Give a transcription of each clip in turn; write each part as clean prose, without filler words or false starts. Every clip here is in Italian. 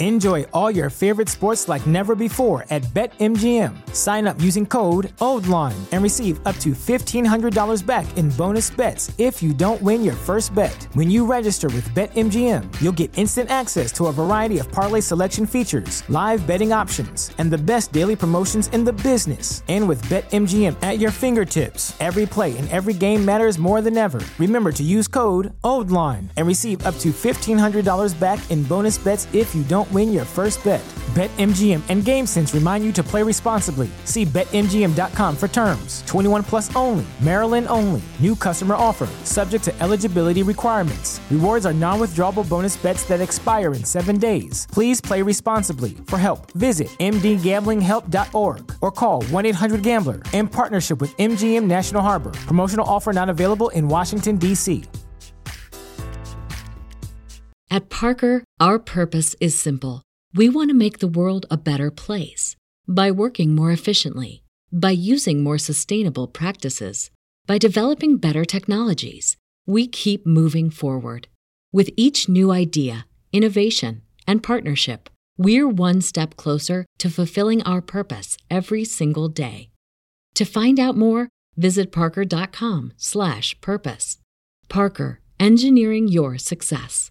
Enjoy all your favorite sports like never before at BetMGM. Sign up using code OldLine and receive up to $1,500 back in bonus bets if you don't win your first bet. When you register with BetMGM, you'll get instant access to a variety of parlay selection features, live betting options, and the best daily promotions in the business. And with BetMGM at your fingertips, every play and every game matters more than ever. Remember to use code OldLine and receive up to $1,500 back in bonus bets if you don't win your first bet. BetMGM and GameSense remind you to play responsibly. See BetMGM.com for terms. 21 plus only. Maryland only. New customer offer. Subject to eligibility requirements. Rewards are non-withdrawable bonus bets that expire in 7 days. Please play responsibly. For help, visit mdgamblinghelp.org or call 1-800-GAMBLER in partnership with MGM National Harbor. Promotional offer not available in Washington, D.C. At Parker, our purpose is simple. We want to make the world a better place by working more efficiently, by using more sustainable practices, by developing better technologies. We keep moving forward. With each new idea, innovation, and partnership, we're one step closer to fulfilling our purpose every single day. To find out more, visit parker.com/purpose. Parker, engineering your success.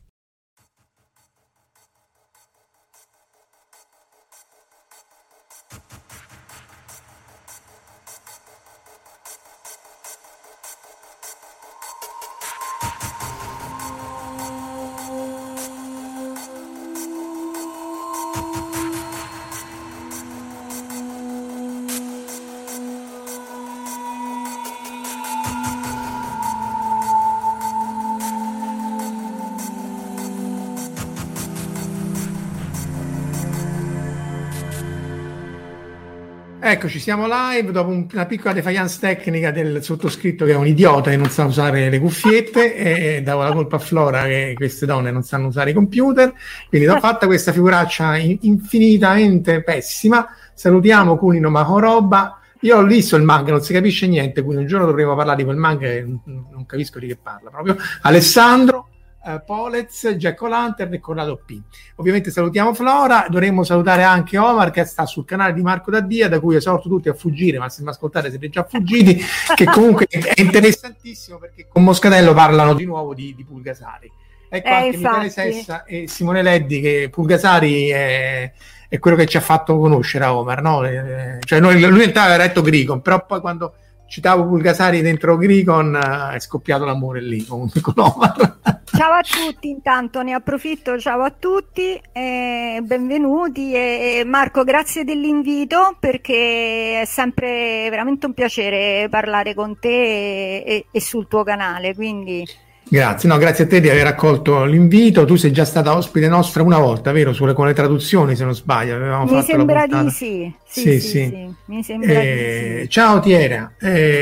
Eccoci, siamo live dopo una piccola defiance tecnica del sottoscritto che è un idiota e non sa usare le cuffiette, e davo la colpa a Flora che queste donne non sanno usare i computer, quindi ho fatta questa figuraccia infinitamente pessima. Salutiamo Cunino Mahoroba. Io ho visto il manga, non si capisce niente, quindi un giorno dovremo parlare di quel manga che non capisco di che parla proprio. Alessandro, Polez, Jack O'Lantern e Corrado P. Ovviamente salutiamo Flora, dovremmo salutare anche Omar che sta sul canale di Marco Daddia, da cui esorto tutti a fuggire, ma se mi ascoltate siete già fuggiti, che comunque è interessantissimo perché con Moscatello parlano di nuovo di Pulgasari. Ecco anche Michele Sessa e Simone Leddi che Pulgasari è quello che ci ha fatto conoscere a Omar, no? Cioè lui aveva letto Gricon, però poi quando citavo Pulgasari dentro Gricon è scoppiato l'amore lì con Omar. Ciao a tutti, intanto ne approfitto, ciao a tutti, benvenuti e Marco, grazie dell'invito perché è sempre veramente un piacere parlare con te e sul tuo canale, quindi... Grazie, no, grazie a te di aver accolto l'invito. Tu sei già stata ospite nostra una volta, vero? Con le traduzioni, se non sbaglio. Mi sembra di sì. Sì. Mi sembra di sì. Ciao Tiera,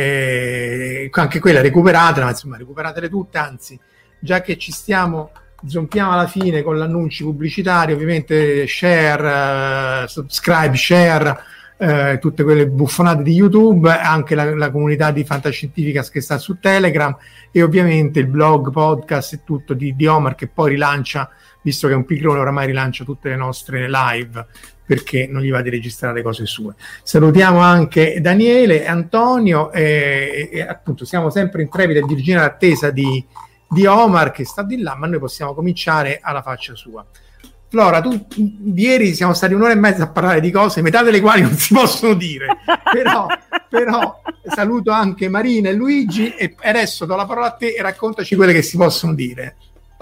anche quella recuperatela, ma insomma recuperatele tutte, anzi, già che ci stiamo, zompiamo alla fine con l'annunci pubblicitari, ovviamente share, subscribe, share, tutte quelle buffonate di YouTube, anche la comunità di Fantascientificas che sta su Telegram e ovviamente il blog, podcast e tutto di Omar che poi rilancia, visto che è un pigrone oramai rilancia tutte le nostre live perché non gli va di registrare le cose sue. Salutiamo anche Daniele, Antonio e appunto siamo sempre in trepida e virginale attesa di Omar che sta di là, ma noi possiamo cominciare alla faccia sua. Flora, tu ieri siamo stati un'ora e mezza a parlare di cose, metà delle quali non si possono dire, però saluto anche Marina e Luigi e adesso do la parola a te e raccontaci quelle che si possono dire.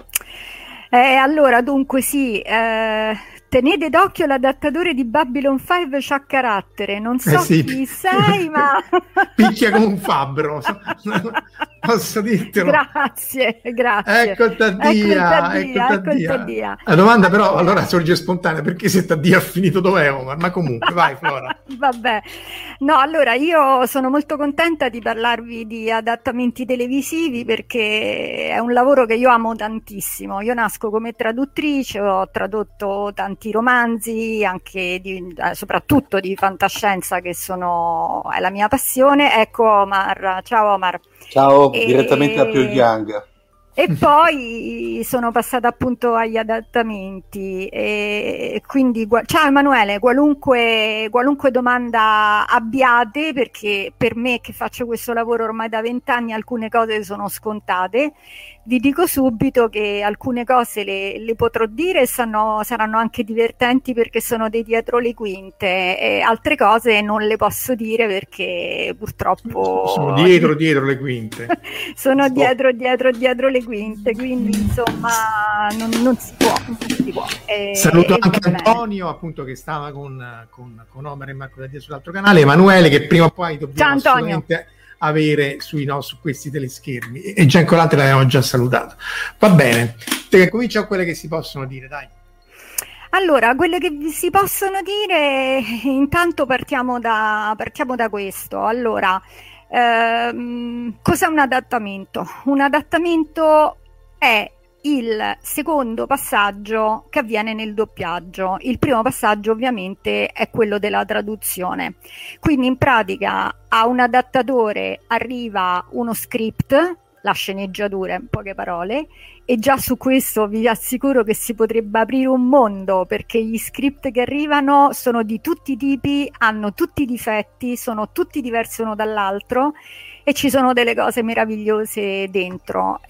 Allora, dunque sì, tenete d'occhio l'adattatore di Babylon 5 c'ha carattere, non so chi sei, ma... Picchia come un fabbro, posso dirtelo. Grazie. Ecco il Taddia. La domanda però allora sorge spontanea, perché se Taddia ha finito dov'è Omar? Ma comunque, vai Flora. Vabbè, no, allora io sono molto contenta di parlarvi di adattamenti televisivi perché è un lavoro che io amo tantissimo. Io nasco come traduttrice, ho tradotto tanti romanzi, anche soprattutto di fantascienza che è la mia passione. Ecco Omar, ciao Omar. Ciao, direttamente da Pyongyang. E poi sono passata appunto agli adattamenti, e quindi ciao Emanuele, qualunque domanda abbiate, perché per me che faccio questo lavoro ormai da 20 anni alcune cose sono scontate. Vi dico subito che alcune cose le potrò dire e saranno anche divertenti perché sono dei dietro le quinte, e altre cose non le posso dire perché purtroppo sono dietro le quinte. Sono dietro le quinte, quindi insomma non si può. Saluto anche Antonio, appunto, che stava con Omar e Marco Daddia sull'altro canale, Emanuele, che prima o poi dobbiamo assolutamente avere su questi teleschermi, e Gian Colante l'abbiamo già salutato. Va bene, cominciamo quelle che si possono dire, dai. Allora, quelle che si possono dire, intanto partiamo da questo. Allora, cos'è un adattamento? Un adattamento è il secondo passaggio che avviene nel doppiaggio. Il primo passaggio ovviamente è quello della traduzione. Quindi in pratica a un adattatore arriva uno script, la sceneggiatura in poche parole, e già su questo vi assicuro che si potrebbe aprire un mondo, perché gli script che arrivano sono di tutti i tipi, hanno tutti i difetti, sono tutti diversi uno dall'altro e ci sono delle cose meravigliose dentro.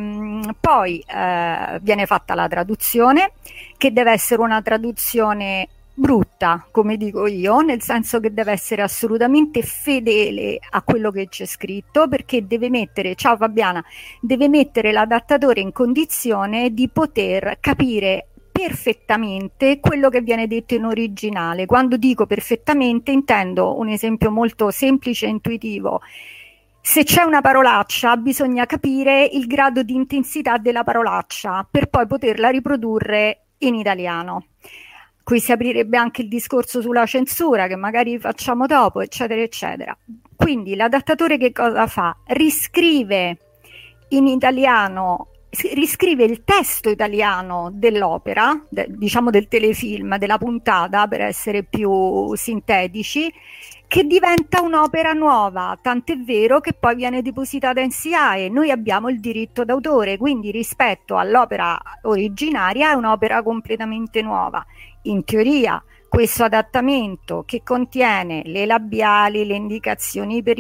Poi viene fatta la traduzione, che deve essere una traduzione brutta, come dico io, nel senso che deve essere assolutamente fedele a quello che c'è scritto, perché deve mettere, ciao Fabiana, deve mettere l'adattatore in condizione di poter capire perfettamente quello che viene detto in originale. Quando dico perfettamente intendo un esempio molto semplice e intuitivo. Se c'è una parolaccia, bisogna capire il grado di intensità della parolaccia per poi poterla riprodurre in italiano. Qui si aprirebbe anche il discorso sulla censura, che magari facciamo dopo, eccetera, eccetera. Quindi l'adattatore che cosa fa? Riscrive in italiano, riscrive il testo italiano dell'opera, diciamo del telefilm, della puntata, per essere più sintetici, che diventa un'opera nuova, tant'è vero che poi viene depositata in SIAE. Noi abbiamo il diritto d'autore, quindi rispetto all'opera originaria è un'opera completamente nuova. In teoria questo adattamento, che contiene le labiali, le indicazioni per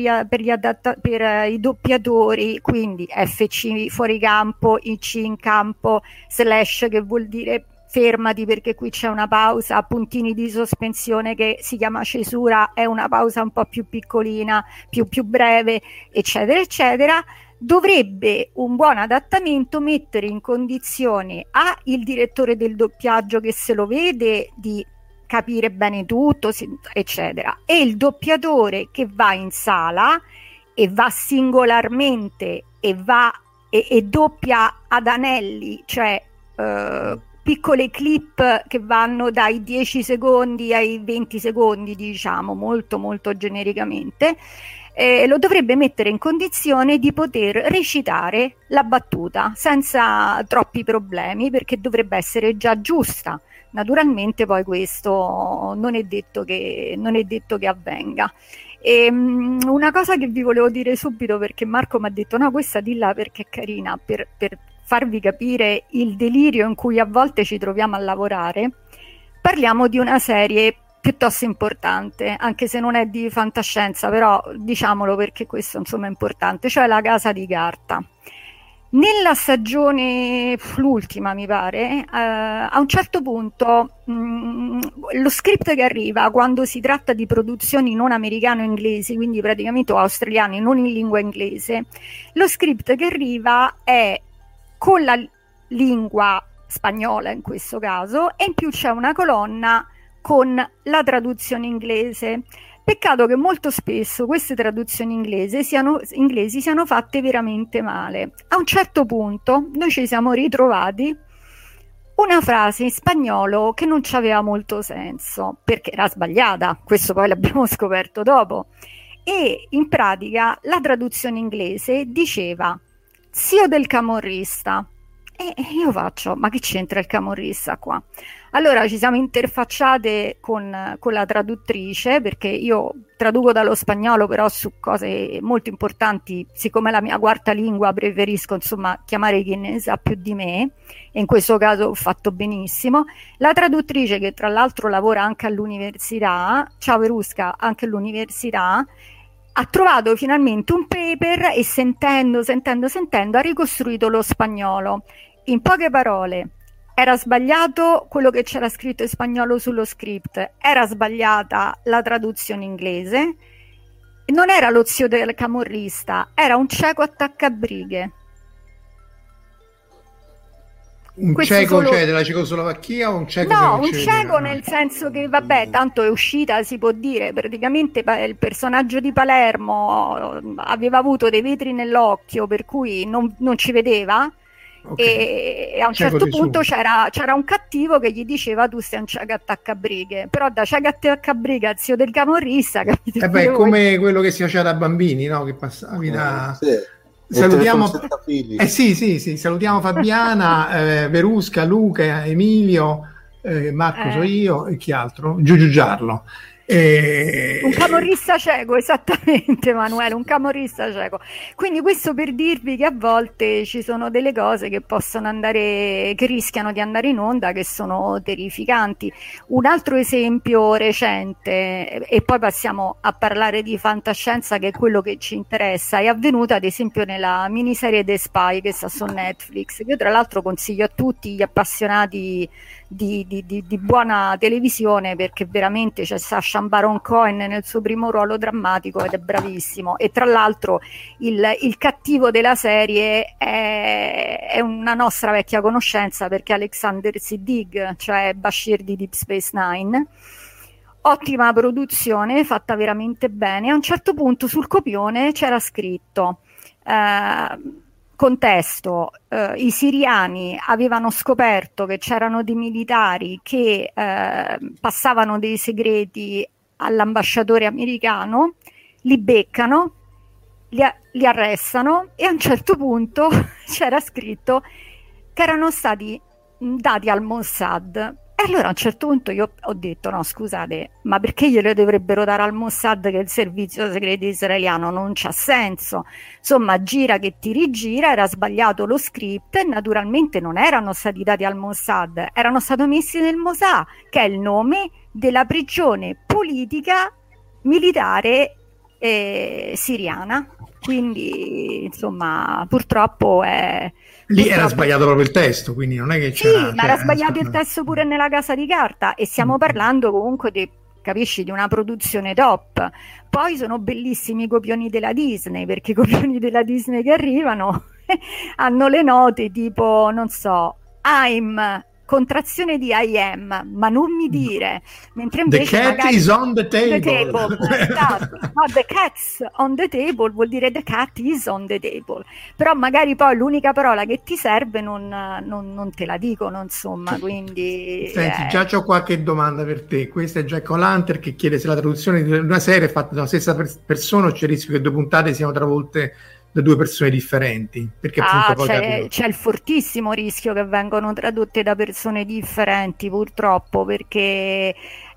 i doppiatori, quindi FC fuori campo, IC in campo, slash che vuol dire fermati perché qui c'è una pausa, puntini di sospensione che si chiama cesura, è una pausa un po' più piccolina, più breve, eccetera, eccetera. Dovrebbe un buon adattamento mettere in condizione il direttore del doppiaggio che se lo vede di capire bene tutto, eccetera, e il doppiatore che va in sala e va singolarmente e doppia ad anelli, cioè piccole clip che vanno dai 10 secondi ai 20 secondi, diciamo, molto molto genericamente. Lo dovrebbe mettere in condizione di poter recitare la battuta senza troppi problemi, perché dovrebbe essere già giusta. Naturalmente poi questo non è detto che avvenga. Una cosa che vi volevo dire subito, perché Marco mi ha detto no, questa dilla perché è carina, per farvi capire il delirio in cui a volte ci troviamo a lavorare. Parliamo di una serie piuttosto importante, anche se non è di fantascienza, però diciamolo perché questo insomma è importante, cioè La Casa di Carta. Nella stagione, l'ultima mi pare, a un certo punto lo script che arriva quando si tratta di produzioni non americano-inglesi, quindi praticamente australiane, non in lingua inglese, lo script che arriva è con la lingua spagnola in questo caso, e in più c'è una colonna con la traduzione inglese. Peccato che molto spesso queste traduzioni inglesi siano fatte veramente male. A un certo punto noi ci siamo ritrovati una frase in spagnolo che non c'aveva molto senso, perché era sbagliata, questo poi l'abbiamo scoperto dopo, e in pratica la traduzione inglese diceva zio del camorrista, E io faccio, ma che c'entra il camorrista qua? Allora ci siamo interfacciate con la traduttrice, perché io traduco dallo spagnolo, però su cose molto importanti, siccome è la mia quarta lingua, preferisco insomma chiamare chi ne sa più di me, e in questo caso ho fatto benissimo. La traduttrice, che tra l'altro lavora anche all'università, ciao Verusca, anche all'università, ha trovato finalmente un paper e sentendo ha ricostruito lo spagnolo. In poche parole, era sbagliato quello che c'era scritto in spagnolo sullo script, era sbagliata la traduzione inglese, non era lo zio del camorrista, era un cieco attaccabrighe. Un cieco, solo... cioè della Cecoslovacchia o un cieco? No, un cieco nel senso che, vabbè, tanto è uscita, si può dire, praticamente il personaggio di Palermo aveva avuto dei vetri nell'occhio, per cui non ci vedeva. Okay. E a un certo punto c'era un cattivo che gli diceva: tu sei un cieco attaccabrighe, però da cieco attaccabrighe al zio del camorrista, capite? Beh, come quello che si faceva da bambini, no? Che passavi da... Sì. Salutiamo, sì, salutiamo Fabiana, Verusca, Luca, Emilio, Marco, so io, e chi altro? Giugiu Giarlo. Un camorrista cieco, esattamente, Emanuele, un camorrista cieco. Quindi questo per dirvi che a volte ci sono delle cose che possono andare, che rischiano di andare in onda, che sono terrificanti. Un altro esempio recente, e poi passiamo a parlare di fantascienza, che è quello che ci interessa, è avvenuta ad esempio nella miniserie The Spy che sta su Netflix, che io tra l'altro consiglio a tutti gli appassionati di buona televisione, perché veramente c'è Sacha Baron Cohen nel suo primo ruolo drammatico ed è bravissimo, e tra l'altro il cattivo della serie è una nostra vecchia conoscenza, perché Alexander Siddig, cioè Bashir di Deep Space Nine. Ottima produzione, fatta veramente bene. A un certo punto sul copione c'era scritto contesto, i siriani avevano scoperto che c'erano dei militari che passavano dei segreti all'ambasciatore americano, li beccano, li arrestano, e a un certo punto c'era scritto che erano stati dati al Mossad. E allora a un certo punto io ho detto: no, scusate, ma perché glielo dovrebbero dare al Mossad, che è il servizio segreto israeliano? Non c'ha senso. Insomma, gira che ti rigira, era sbagliato lo script, e naturalmente non erano stati dati al Mossad, erano stati messi nel Mossad, che è il nome della prigione politica militare siriana. Quindi insomma, purtroppo è... Lì era sbagliato proprio il testo, quindi non è che c'era... Sì, ma era sbagliato il testo pure nella Casa di Carta, e stiamo parlando comunque di, capisci, di una produzione top. Poi sono bellissimi i copioni della Disney, perché i copioni della Disney che arrivano hanno le note tipo, non so, I'm, contrazione di I am, ma non mi dire, mentre invece the cat is on the table. Esatto. No, the cat's on the table vuol dire the cat is on the table, però magari poi l'unica parola che ti serve non te la dicono, insomma, quindi... Senti, già c'ho qualche domanda per te. Questa è Jack O'Lantern che chiede se la traduzione di una serie è fatta da una stessa persona o c'è il rischio che 2 puntate siano travolte da 2 persone differenti, perché appunto c'è il fortissimo rischio che vengano tradotte da persone differenti, purtroppo, perché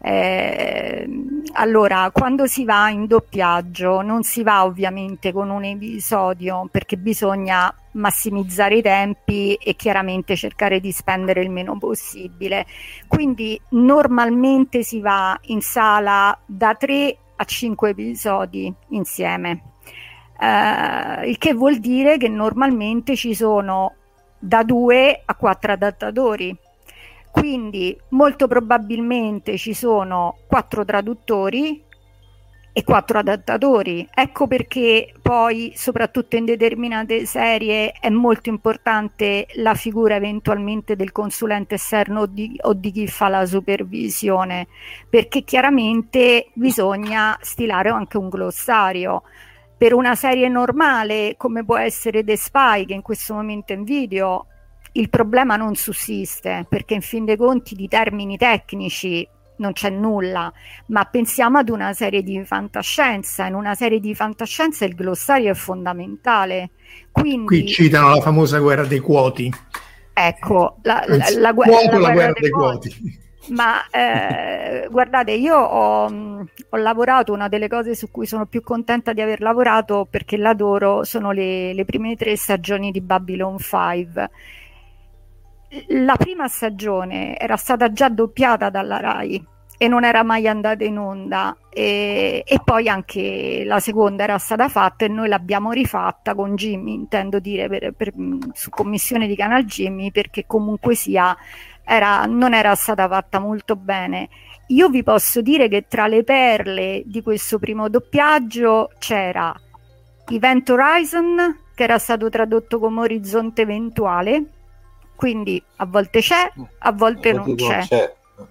allora quando si va in doppiaggio non si va ovviamente con un episodio, perché bisogna massimizzare i tempi e chiaramente cercare di spendere il meno possibile, quindi normalmente si va in sala da 3 a 5 episodi insieme. Il che vuol dire che normalmente ci sono da 2 a 4 adattatori, quindi molto probabilmente ci sono 4 traduttori e 4 adattatori. Ecco perché poi, soprattutto in determinate serie, è molto importante la figura eventualmente del consulente esterno o di chi fa la supervisione, perché chiaramente bisogna stilare anche un glossario. Per una serie normale come può essere The Spy, che in questo momento è in video, il problema non sussiste, perché in fin dei conti di termini tecnici non c'è nulla, ma pensiamo ad una serie di fantascienza. In una serie di fantascienza il glossario è fondamentale. Quindi... Qui citano la famosa guerra dei quoti. Ecco, la guerra dei quoti. Ma guardate, io ho lavorato, una delle cose su cui sono più contenta di aver lavorato, perché l'adoro, sono le prime 3 stagioni di Babylon 5. La prima stagione era stata già doppiata dalla Rai e non era mai andata in onda, e poi anche la seconda era stata fatta e noi l'abbiamo rifatta con Jimmy, intendo dire, su commissione di Canal Jimmy, perché comunque sia non era stata fatta molto bene. Io vi posso dire che tra le perle di questo primo doppiaggio c'era Event Horizon, che era stato tradotto come Orizzonte Eventuale, quindi a volte c'è, a volte non c'è.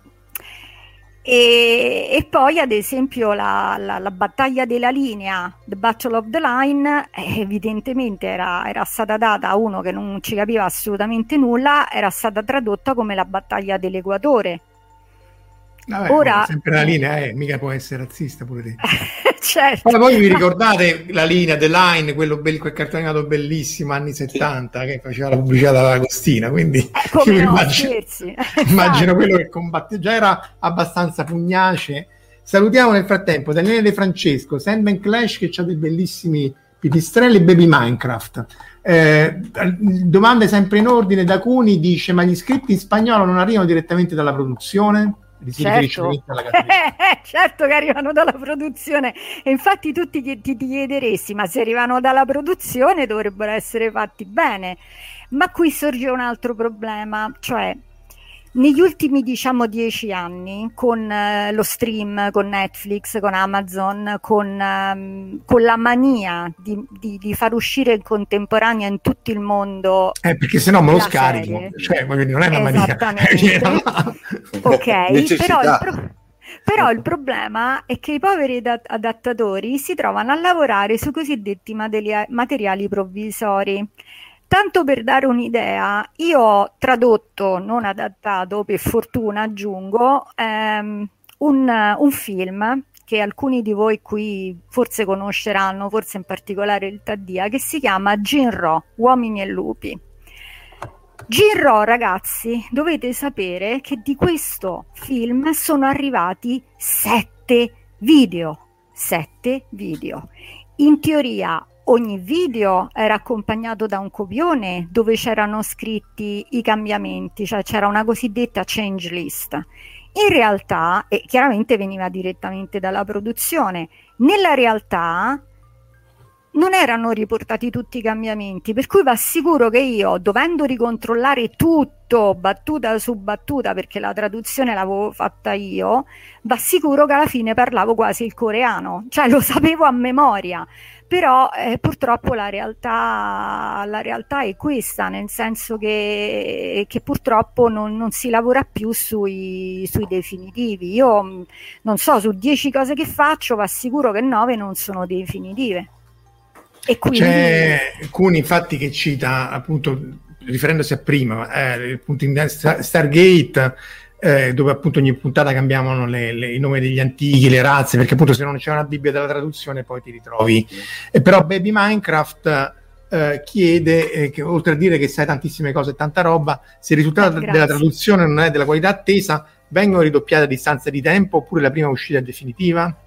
E poi ad esempio la battaglia della linea, The Battle of the Line, evidentemente era stata data a uno che non ci capiva assolutamente nulla, era stata tradotta come la battaglia dell'Equatore. Vabbè, ora sempre la linea, mica può essere razzista pure te. Certo. Poi voi vi ricordate la linea, The Line, quel cartone animato bellissimo anni 70 che faceva la pubblicità dall'Agostina, quindi come no, immagino quello che combatte, già era abbastanza pugnace. Salutiamo nel frattempo Daniele De Francesco, Sandman Clash, che ha dei bellissimi pipistrelli, Baby Minecraft. Domande sempre in ordine. Da Cuni dice: ma gli scritti in spagnolo non arrivano direttamente dalla produzione? Certo. Certo che arrivano dalla produzione, e infatti tutti ti chiederesti: ma se arrivano dalla produzione dovrebbero essere fatti bene. Ma qui sorge un altro problema, cioè negli ultimi 10 anni, con lo stream, con Netflix, con Amazon, con la mania di far uscire in contemporanea in tutto il mondo, perché sennò me lo scarico, cioè non è una mania. Ok, però il problema è che i poveri adattatori si trovano a lavorare su cosiddetti materiali provvisori. Tanto per dare un'idea, io ho tradotto, non adattato, per fortuna aggiungo, un film che alcuni di voi qui forse conosceranno, forse in particolare il Taddia, che si chiama Jinro, Uomini e Lupi. Jinro, ragazzi, dovete sapere che di questo film sono arrivati 7 video. In teoria ogni video era accompagnato da un copione dove c'erano scritti i cambiamenti, cioè c'era una cosiddetta change list. In realtà, e chiaramente veniva direttamente dalla produzione, nella realtà non erano riportati tutti i cambiamenti, per cui va sicuro che io, dovendo ricontrollare tutto battuta su battuta, perché la traduzione l'avevo fatta io, va sicuro che alla fine parlavo quasi il coreano, cioè lo sapevo a memoria. Però purtroppo la realtà è questa, nel senso che purtroppo non si lavora più sui definitivi. Io non so, su 10 cose che faccio va sicuro che 9 non sono definitive. E quindi c'è Cuni infatti che cita, appunto riferendosi a prima, appunto in Stargate, dove appunto ogni puntata cambiavano i nomi degli antichi, le razze, perché appunto se non c'è una Bibbia della traduzione poi ti ritrovi. Però Baby Minecraft chiede che, oltre a dire che sai tantissime cose e tanta roba, se il risultato della traduzione non è della qualità attesa, vengono ridoppiate a distanza di tempo oppure la prima uscita è definitiva?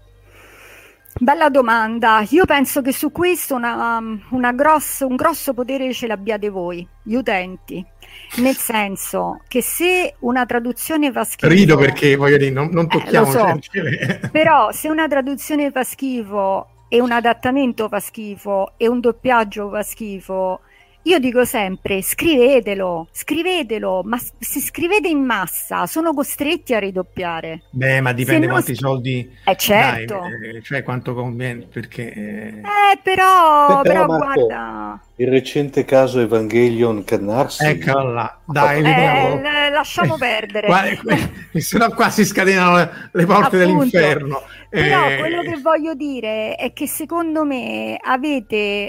Bella domanda. Io penso che su questo un grosso potere ce l'abbiate voi, gli utenti, nel senso che se una traduzione fa schifo, rido perché voglio dire non tocchiamo, però se una traduzione fa schifo e un adattamento fa schifo e un doppiaggio fa schifo, io dico sempre scrivetelo, ma se scrivete in massa sono costretti a ridoppiare. Beh, ma dipende quanti soldi, certo. Dai, cioè quanto conviene, perché però Marco, guarda il recente caso Evangelion Cannarsi, eccola là, dai, lasciamo perdere. Se no qua si scatenano le porte dell'inferno. Però quello che voglio dire è che secondo me avete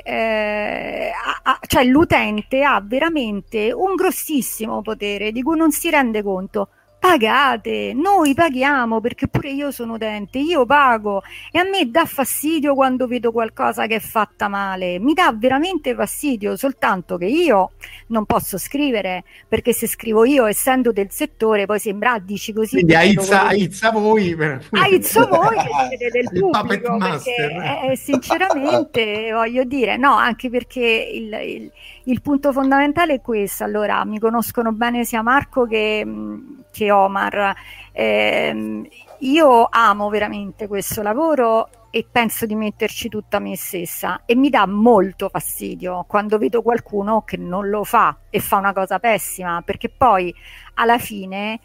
cioè l'utente ha veramente un grossissimo potere di cui non si rende conto. pagate, noi paghiamo, perché pure io sono utente, io pago, e a me dà fastidio quando vedo qualcosa che è fatta male, mi dà veramente fastidio, soltanto che io non posso scrivere, perché se scrivo io, essendo del settore, poi sembra, dici così, quindi aizza voi aizzo voi che siete del il puppet pubblico, master. perché sinceramente voglio dire, no, anche perché il punto fondamentale è questo. Allora, mi conoscono bene sia Marco che Omar. Io amo veramente questo lavoro e penso di metterci tutta me stessa, e mi dà molto fastidio quando vedo qualcuno che non lo fa e fa una cosa pessima, perché poi alla fine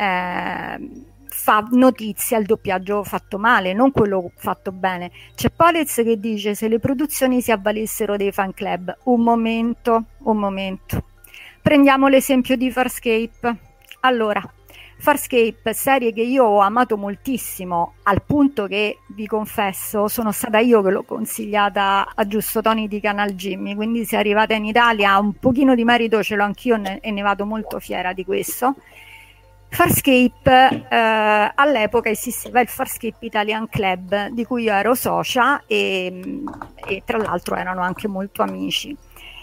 fa notizia il doppiaggio fatto male, non quello fatto bene. C'è Polez che dice: se le produzioni si avvalessero dei fan club. Un momento, prendiamo l'esempio di Farscape. Allora, Farscape, serie che io ho amato moltissimo, al punto che, vi confesso, sono stata io che l'ho consigliata a Giusto Tony di Canal Jimmy, quindi se è arrivata in Italia un pochino di merito ce l'ho anch'io, e ne vado molto fiera di questo. Farscape, all'epoca esisteva il Farscape Italian Club, di cui io ero socia, e tra l'altro erano anche molto amici.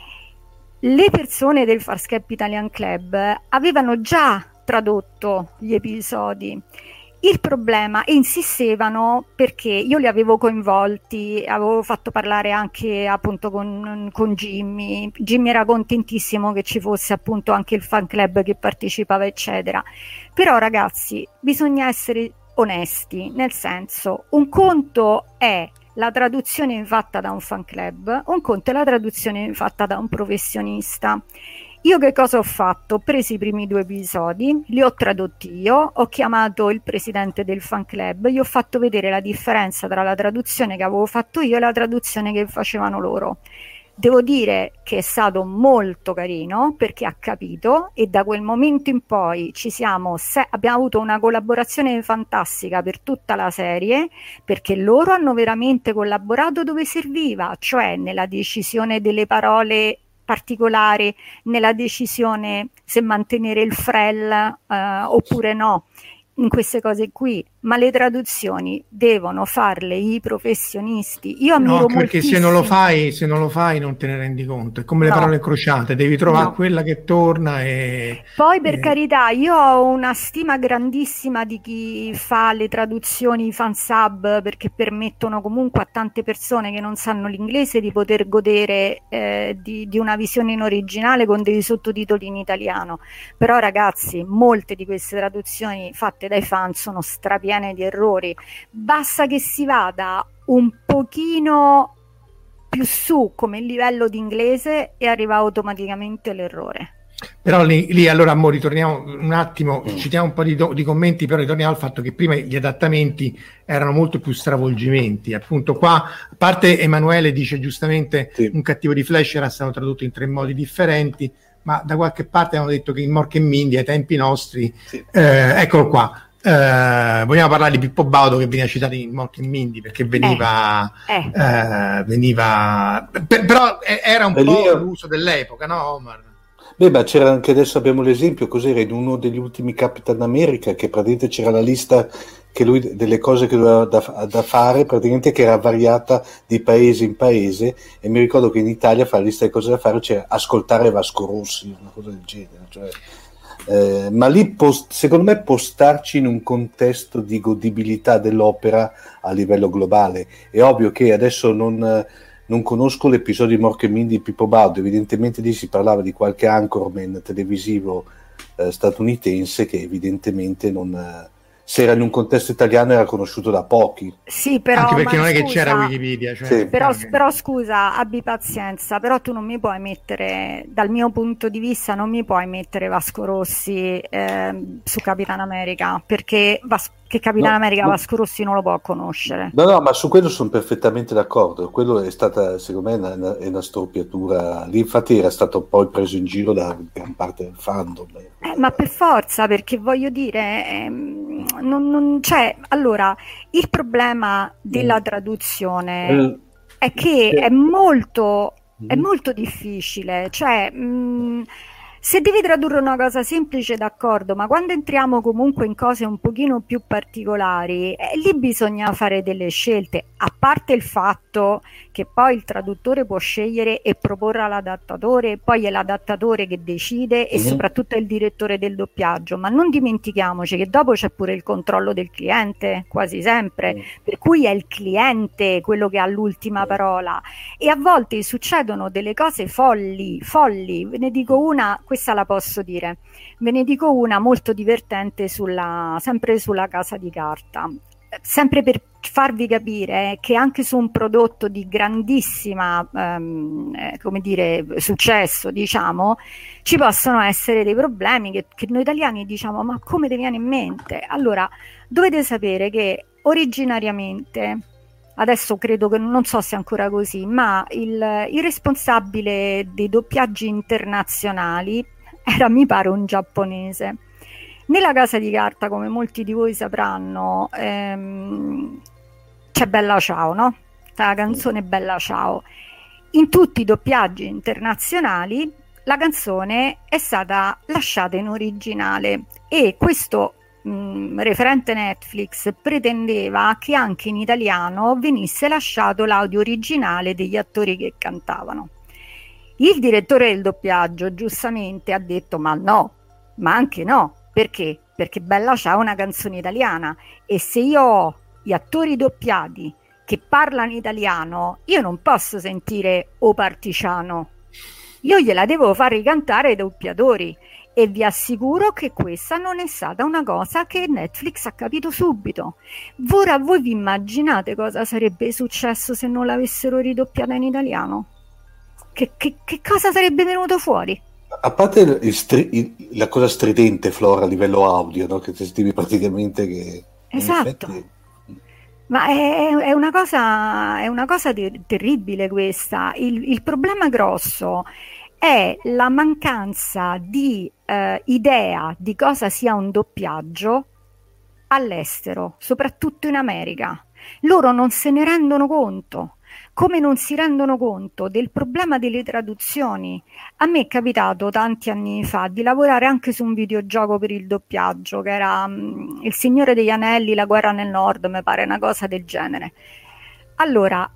Le persone del Farscape Italian Club avevano già tradotto gli episodi. Il problema, e insistevano, perché io li avevo coinvolti, avevo fatto parlare anche appunto con Jimmy. Jimmy era contentissimo che ci fosse appunto anche il fan club che partecipava, eccetera. Però ragazzi, bisogna essere onesti, nel senso, un conto è la traduzione fatta da un fan club, un conto è la traduzione fatta da un professionista. Io che cosa ho fatto? Ho preso i primi 2 episodi, li ho tradotti io, ho chiamato il presidente del fan club, gli ho fatto vedere la differenza tra la traduzione che avevo fatto io e la traduzione che facevano loro. Devo dire che è stato molto carino, perché ha capito, e da quel momento in poi abbiamo avuto una collaborazione fantastica per tutta la serie, perché loro hanno veramente collaborato dove serviva, cioè nella decisione delle parole particolari, nella decisione se mantenere il frel oppure no, in queste cose qui. Ma le traduzioni devono farle i professionisti. Io ammiro moltissimo. Perché se non lo fai non te ne rendi conto. È come le parole incrociate, devi trovare quella che torna. Poi per carità, io ho una stima grandissima di chi fa le traduzioni fansub, perché permettono comunque a tante persone che non sanno l'inglese di poter godere di una visione in originale con dei sottotitoli in italiano. Però ragazzi, molte di queste traduzioni fatte dai fan sono strapiene di errori. Basta che si vada un pochino più su come livello di inglese e arriva automaticamente l'errore. Però lì allora ritorniamo un attimo, citiamo un po' di commenti, però ritorniamo al fatto che prima gli adattamenti erano molto più stravolgimenti. Appunto qua, a parte Emanuele dice giustamente Un cattivo di Flash era stato tradotto in 3 modi differenti, ma da qualche parte hanno detto che in Mork e Mindy ai tempi nostri, eccolo qua, vogliamo parlare di Pippo Baudo che veniva citato in Mork e Mindy perché veniva però era un po' l'uso dell'epoca, no Omar? Beh, ma c'era anche, adesso abbiamo l'esempio, cos'era in uno degli ultimi Capitan America, che praticamente c'era la lista che lui delle cose che doveva da fare, praticamente, che era variata di paese in paese, e mi ricordo che in Italia fra la lista di cose da fare c'era ascoltare Vasco Rossi, una cosa del genere, cioè, ma lì secondo me può starci in un contesto di godibilità dell'opera a livello globale. È ovvio che adesso non conosco l'episodio di Mork e Mindy di Pippo Baudo, evidentemente lì si parlava di qualche anchorman televisivo statunitense che evidentemente se era in un contesto italiano era conosciuto da pochi. Sì, però, anche perché non è che c'era Wikipedia. Cioè, sì. Però scusa, abbi pazienza, però tu non mi puoi mettere, dal mio punto di vista, non mi puoi mettere Vasco Rossi su Capitan America, perché Capitan America Vasco Rossi non lo può conoscere. No, ma su quello sono perfettamente d'accordo. Quello è stata, secondo me, è una storpiatura. Lì infatti era stato poi preso in giro da gran parte del fandom. Ma per forza, perché voglio dire, cioè, allora, il problema della traduzione è che è molto difficile, cioè Se devi tradurre una cosa semplice, d'accordo, ma quando entriamo comunque in cose un pochino più particolari, lì bisogna fare delle scelte, a parte il fatto che poi il traduttore può scegliere e proporre all'adattatore, poi è l'adattatore che decide e soprattutto è il direttore del doppiaggio, ma non dimentichiamoci che dopo c'è pure il controllo del cliente, quasi sempre, per cui è il cliente quello che ha l'ultima parola, e a volte succedono delle cose folli, ve ne dico una, questa la posso dire, ve ne dico una molto divertente sempre sulla Casa di Carta, sempre per farvi capire che anche su un prodotto di grandissima come dire, successo, diciamo, ci possono essere dei problemi che noi italiani diciamo ma come ti viene in mente? Allora, dovete sapere che originariamente, adesso credo che non so se è ancora così, ma il responsabile dei doppiaggi internazionali era, mi pare, un giapponese. Nella Casa di Carta, come molti di voi sapranno, c'è Bella Ciao, no? La canzone Bella Ciao. In tutti i doppiaggi internazionali la canzone è stata lasciata in originale e questo referente Netflix pretendeva che anche in italiano venisse lasciato l'audio originale degli attori che cantavano. Il direttore del doppiaggio giustamente ha detto ma no, ma anche no, perché? Perché Bella Ciao è una canzone italiana e se io ho gli attori doppiati che parlano italiano io non posso sentire O Partigiano, io gliela devo far ricantare ai doppiatori. E vi assicuro che questa non è stata una cosa che Netflix ha capito subito. Ora voi vi immaginate cosa sarebbe successo se non l'avessero ridoppiata in italiano? Che cosa sarebbe venuto fuori? A parte la cosa stridente, Flora, a livello audio, no? Che sentivi praticamente che... Esatto. Effetti... Ma è una cosa terribile questa. Il problema grosso è la mancanza di idea di cosa sia un doppiaggio all'estero, soprattutto in America. Loro non se ne rendono conto, come non si rendono conto del problema delle traduzioni. A me è capitato tanti anni fa di lavorare anche su un videogioco per il doppiaggio, che era Il Signore degli Anelli, La guerra nel nord, mi pare, una cosa del genere. Allora,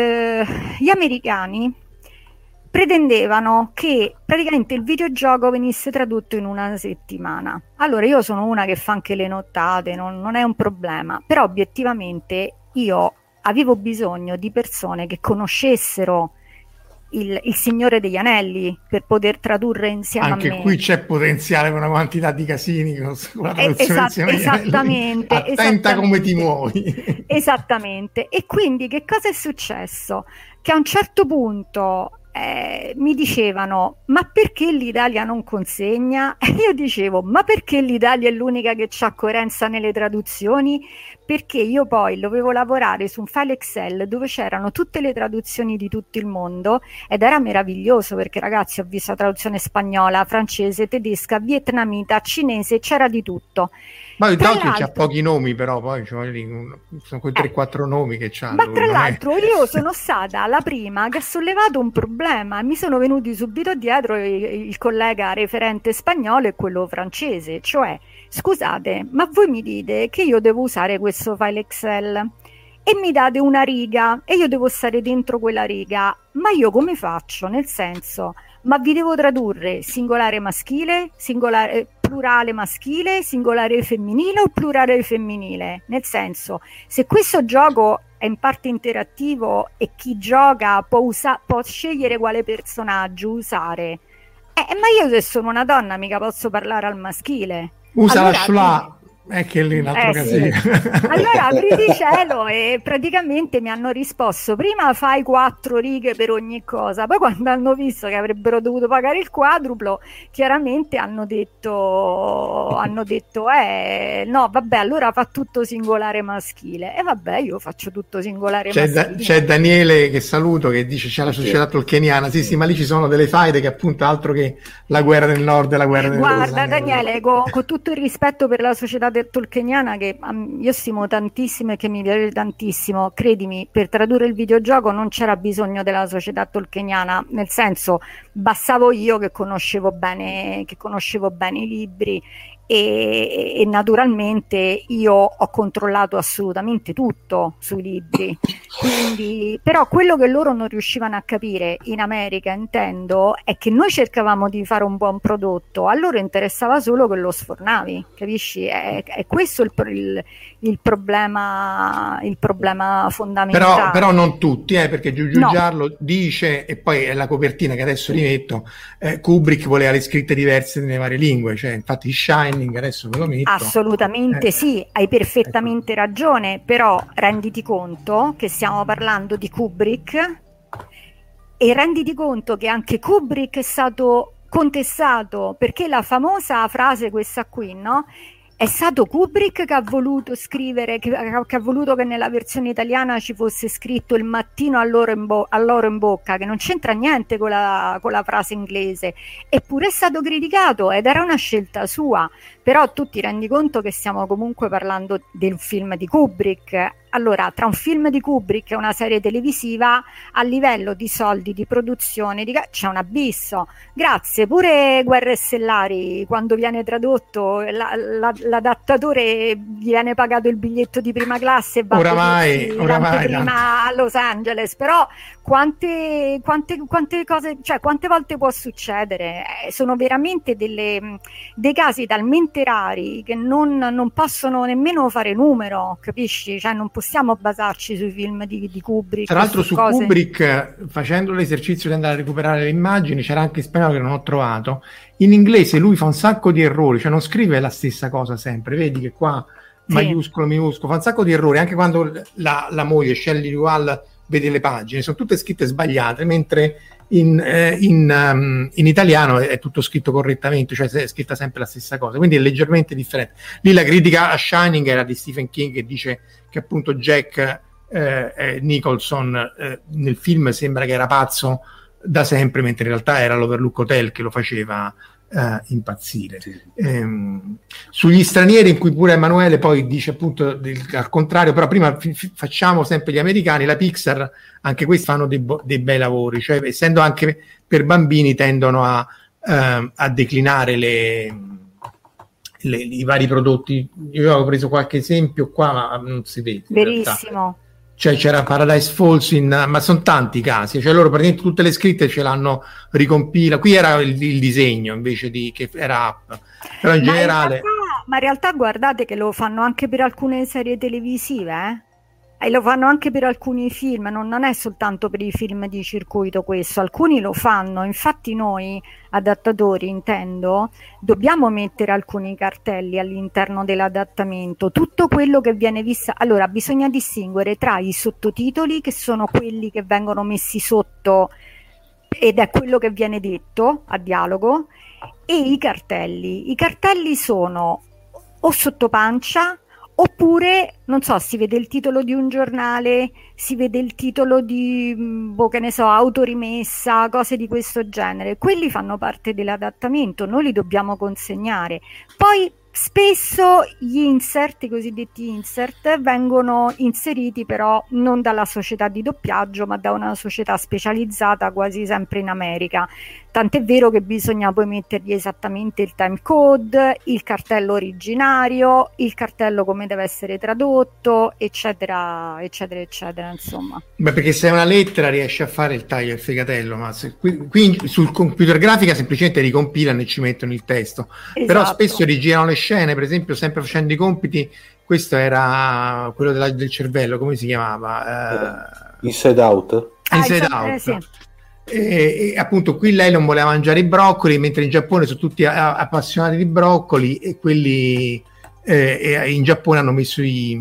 gli americani pretendevano che praticamente il videogioco venisse tradotto in una settimana. Allora io sono una che fa anche le nottate, non è un problema, però obiettivamente io avevo bisogno di persone che conoscessero il Signore degli Anelli per poter tradurre insieme anche a me. Anche qui c'è potenziale per una quantità di casini con la traduzione esattamente, attenta come ti muovi. Esattamente. E quindi che cosa è successo? Che a un certo punto mi dicevano ma perché l'Italia non consegna? E io dicevo ma perché l'Italia è l'unica che c'ha coerenza nelle traduzioni? Perché io poi dovevo lavorare su un file Excel dove c'erano tutte le traduzioni di tutto il mondo ed era meraviglioso perché ragazzi ho visto la traduzione spagnola, francese, tedesca, vietnamita, cinese, c'era di tutto. Ma intanto c'ha pochi nomi, però poi sono quei 3-4 nomi che c'hanno. Ma tra l'altro io sono stata la prima che ha sollevato un problema e mi sono venuti subito dietro il collega referente spagnolo e quello francese, cioè scusate, ma voi mi dite che io devo usare questo file Excel e mi date una riga e io devo stare dentro quella riga, ma io come faccio? Nel senso, ma vi devo tradurre singolare maschile, singolare plurale maschile, singolare femminile o plurale femminile? Nel senso, se questo gioco è in parte interattivo e chi gioca può scegliere quale personaggio usare, ma io se sono una donna mica posso parlare al maschile. Usa allora, la schla, è che lì un altro casino. Sì. Allora apriti cielo e praticamente mi hanno risposto prima fai 4 righe per ogni cosa, poi quando hanno visto che avrebbero dovuto pagare il quadruplo chiaramente hanno detto no vabbè allora fa tutto singolare maschile e vabbè io faccio tutto singolare maschile. C'è Daniele che saluto che dice c'è la società tolkieniana, sì ma lì ci sono delle faide che appunto altro che la guerra del nord e la guerra del Guarda Daniele con tutto il rispetto per la società tolkieniana che io stimo tantissimo e che mi piace tantissimo, credimi, per tradurre il videogioco non c'era bisogno della società tolkieniana, nel senso bastavo io che conoscevo bene i libri e naturalmente io ho controllato assolutamente tutto sui libri, quindi, però quello che loro non riuscivano a capire in America, intendo, è che noi cercavamo di fare un buon prodotto, a loro interessava solo che lo sfornavi, capisci? È questo il problema fondamentale. Però non tutti, perché Giugiu Giarlo dice, e poi è la copertina che adesso rimetto, Kubrick voleva le scritte diverse nelle varie lingue, cioè infatti Shining adesso ve lo metto. Assolutamente sì, hai perfettamente ragione, però renditi conto che stiamo parlando di Kubrick e renditi conto che anche Kubrick è stato contestato, perché la famosa frase questa qui, no? È stato Kubrick che ha voluto scrivere, che ha voluto che nella versione italiana ci fosse scritto il mattino all'oro in bocca, che non c'entra niente con la frase inglese, eppure è stato criticato ed era una scelta sua. Però tu ti rendi conto che stiamo comunque parlando del film di Kubrick. Allora, tra un film di Kubrick e una serie televisiva, a livello di soldi, di produzione, c'è un abisso. Grazie, pure Guerre Stellari, quando viene tradotto, l'adattatore gli viene pagato il biglietto di prima classe e va oramai prima a Los Angeles. Però quante cose, cioè quante volte può succedere? Sono veramente dei casi talmente rari che non possono nemmeno fare numero, capisci? Cioè non possiamo basarci sui film di Kubrick. Tra l'altro su cose. Kubrick, facendo l'esercizio di andare a recuperare le immagini, c'era anche in spagnolo che non ho trovato, in inglese lui fa un sacco di errori, cioè non scrive la stessa cosa sempre, vedi che qua maiuscolo, minuscolo, fa un sacco di errori, anche quando la moglie Shelley Duvall vede le pagine, sono tutte scritte sbagliate, mentre in italiano è tutto scritto correttamente, cioè è scritta sempre la stessa cosa, quindi è leggermente differente. Lì la critica a Shining era di Stephen King, che dice che appunto Jack Nicholson nel film sembra che era pazzo da sempre, mentre in realtà era l'Overlook Hotel che lo faceva impazzire. Sugli stranieri, in cui pure Emanuele poi dice appunto al contrario, però prima facciamo sempre gli americani, la Pixar anche questi fanno dei bei lavori, cioè essendo anche per bambini tendono a declinare i vari prodotti. Io avevo preso qualche esempio qua, ma non si vede. Verissimo. Cioè c'era Paradise Falls, ma sono tanti casi, cioè loro praticamente tutte le scritte ce l'hanno ricompila. Qui era il disegno invece che era app, però in generale. Ma in realtà guardate che lo fanno anche per alcune serie televisive, e lo fanno anche per alcuni film, non è soltanto per i film di circuito questo, alcuni lo fanno. Infatti noi adattatori, intendo, dobbiamo mettere alcuni cartelli all'interno dell'adattamento, tutto quello che viene visto. Allora bisogna distinguere tra i sottotitoli, che sono quelli che vengono messi sotto ed è quello che viene detto a dialogo, e i cartelli. I cartelli sono o sottopancia, oppure, non so, si vede il titolo di un giornale, si vede il titolo di, che ne so, autorimessa, cose di questo genere. Quelli fanno parte dell'adattamento, noi li dobbiamo consegnare. Poi spesso gli insert, i cosiddetti insert, vengono inseriti però non dalla società di doppiaggio, ma da una società specializzata, quasi sempre in America. Tant'è vero che bisogna poi mettergli esattamente il time code, il cartello originario, il cartello come deve essere tradotto, eccetera, eccetera, eccetera, insomma. Beh, perché se è una lettera riesce a fare il taglio e il fegatello, ma qui sul computer grafica semplicemente ricompilano e ci mettono il testo. Esatto. Però spesso rigirano le scene, per esempio, sempre facendo i compiti. Questo era quello del cervello, come si chiamava? Inside Out. Inside Out. Sì. E appunto qui lei non voleva mangiare i broccoli, mentre in Giappone sono tutti appassionati di broccoli, e quelli in Giappone hanno messo i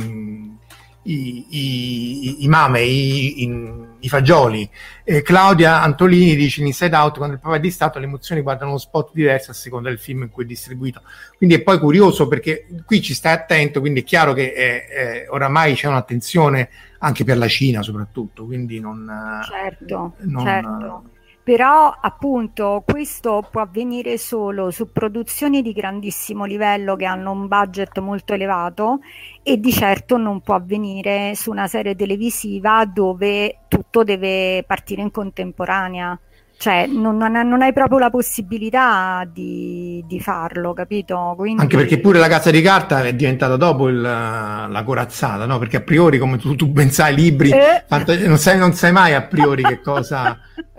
mame, i fagioli. Claudia Antolini dice in Inside Out: quando il papà è di stato le emozioni guardano uno spot diverso a seconda del film in cui è distribuito. Quindi è poi curioso, perché qui ci stai attento, quindi è chiaro che oramai c'è un'attenzione anche per la Cina soprattutto, quindi certo. Però appunto questo può avvenire solo su produzioni di grandissimo livello che hanno un budget molto elevato, e di certo non può avvenire su una serie televisiva dove tutto deve partire in contemporanea. Cioè non hai proprio la possibilità di farlo, capito? Quindi... Anche perché pure La Casa di Carta è diventata dopo la corazzata, no? Perché a priori, come tu ben sai, libri, non sai mai a priori che cosa...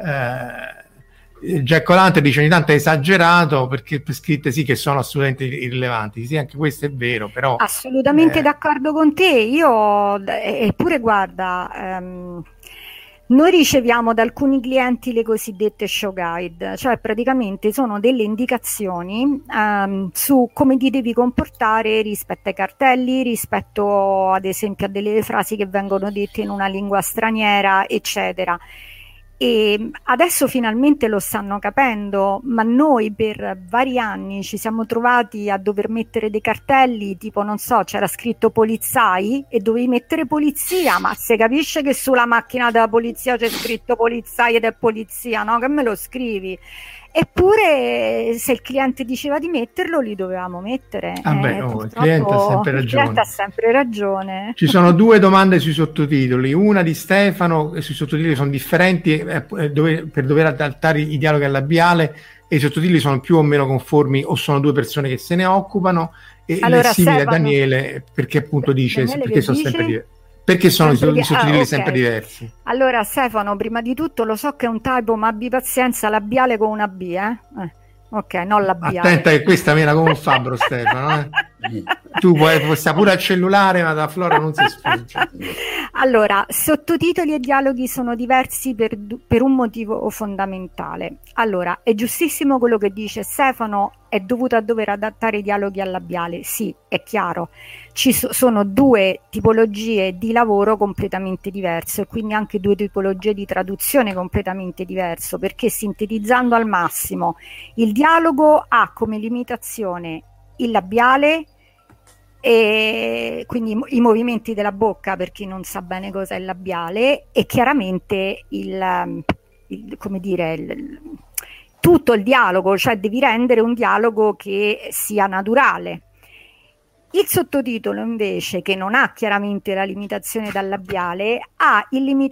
Jack O'Lantern dice ogni tanto è esagerato, perché per scritte sì che sono assolutamente irrilevanti. Sì, anche questo è vero, però... Assolutamente d'accordo con te. Eppure guarda... noi riceviamo da alcuni clienti le cosiddette show guide, cioè praticamente sono delle indicazioni su come ti devi comportare rispetto ai cartelli, rispetto ad esempio a delle frasi che vengono dette in una lingua straniera, eccetera. E adesso finalmente lo stanno capendo, ma noi per vari anni ci siamo trovati a dover mettere dei cartelli tipo, non so, c'era scritto polizai e dovevi mettere polizia, ma se capisce che sulla macchina della polizia c'è scritto polizai ed è polizia, no? Che me lo scrivi? Eppure se il cliente diceva di metterlo, li dovevamo mettere. Il cliente ha sempre ragione. Il cliente ha sempre ragione. Ci sono due domande sui sottotitoli, una di Stefano, sui sottotitoli sono differenti per dover adattare i dialoghi al labiale, e i sottotitoli sono più o meno conformi o sono due persone che se ne occupano, e allora, è simile Stefano, a Daniele, perché appunto dice Daniele, perché sono sempre diversi. Perché sono i sottotitoli okay. sempre diversi? Allora Stefano, prima di tutto lo so che è un typo, ma abbi pazienza, labiale con una B, ok, non labiale. Attenta che questa mena come un fabbro, Stefano. Tu puoi stare pure al cellulare, ma da Flora non si sfugge. Allora, sottotitoli e dialoghi sono diversi per un motivo fondamentale. Allora, è giustissimo quello che dice Stefano, è dovuto a dover adattare i dialoghi al labiale. Sì, è chiaro. Sono due tipologie di lavoro completamente diverse, e quindi anche due tipologie di traduzione completamente diverse, perché sintetizzando al massimo, il dialogo ha come limitazione il labiale, e quindi i movimenti della bocca, per chi non sa bene cosa è il labiale, e chiaramente tutto il dialogo, cioè devi rendere un dialogo che sia naturale. Il sottotitolo invece, che non ha chiaramente la limitazione dal labiale, ha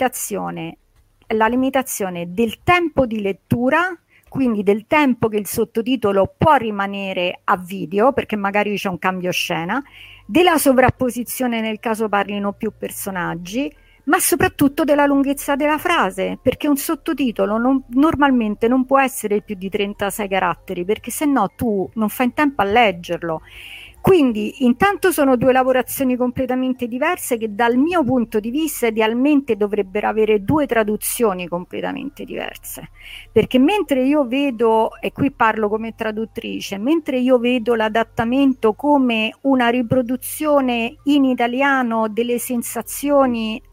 la limitazione del tempo di lettura, quindi del tempo che il sottotitolo può rimanere a video, perché magari c'è un cambio scena, della sovrapposizione nel caso parlino più personaggi, ma soprattutto della lunghezza della frase, perché un sottotitolo normalmente non può essere più di 36 caratteri, perché se no tu non fai in tempo a leggerlo. Quindi intanto sono due lavorazioni completamente diverse, che dal mio punto di vista idealmente dovrebbero avere due traduzioni completamente diverse, perché mentre io vedo, e qui parlo come traduttrice, mentre io vedo l'adattamento come una riproduzione in italiano delle sensazioni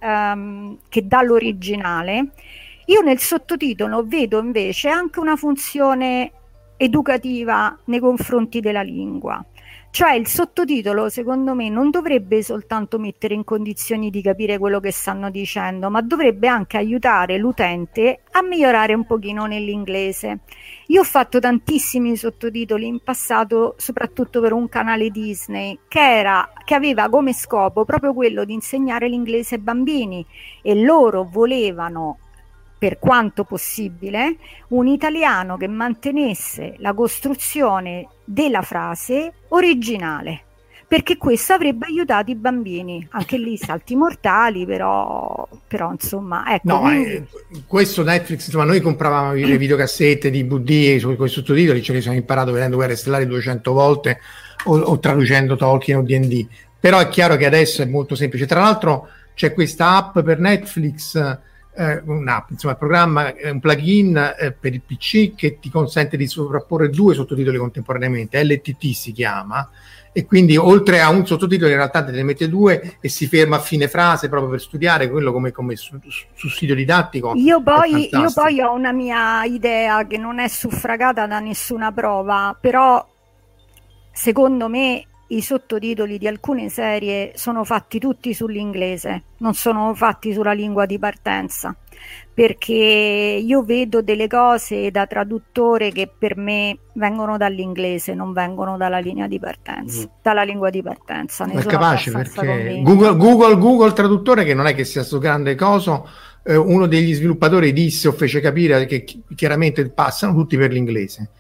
che dà l'originale, io nel sottotitolo vedo invece anche una funzione educativa nei confronti della lingua. Cioè il sottotitolo secondo me non dovrebbe soltanto mettere in condizioni di capire quello che stanno dicendo, ma dovrebbe anche aiutare l'utente a migliorare un pochino nell'inglese. Io ho fatto tantissimi sottotitoli in passato, soprattutto per un canale Disney che aveva come scopo proprio quello di insegnare l'inglese ai bambini, e loro volevano, per quanto possibile, un italiano che mantenesse la costruzione della frase originale, perché questo avrebbe aiutato i bambini. Anche lì salti mortali, però insomma, ecco. No, quindi... questo Netflix, insomma, noi compravamo le videocassette di DVD con i sottotitoli, ce li siamo imparato vedendo Guerre Stellari 200 volte o traducendo Tolkien o D&D, però è chiaro che adesso è molto semplice. Tra l'altro c'è questa app per Netflix, un'app, insomma, il programma è un plugin per il PC che ti consente di sovrapporre due sottotitoli contemporaneamente, LTT si chiama, e quindi oltre a un sottotitolo in realtà te ne mette due e si ferma a fine frase proprio per studiare quello come sussidio didattico. Io poi ho una mia idea che non è suffragata da nessuna prova, però secondo me i sottotitoli di alcune serie sono fatti tutti sull'inglese, non sono fatti sulla lingua di partenza, perché io vedo delle cose da traduttore che per me vengono dall'inglese, non vengono dalla linea di partenza, dalla lingua di partenza. Ma è capace, perché Google Traduttore, che non è che sia sto grande coso, uno degli sviluppatori disse o fece capire che chiaramente passano tutti per l'inglese,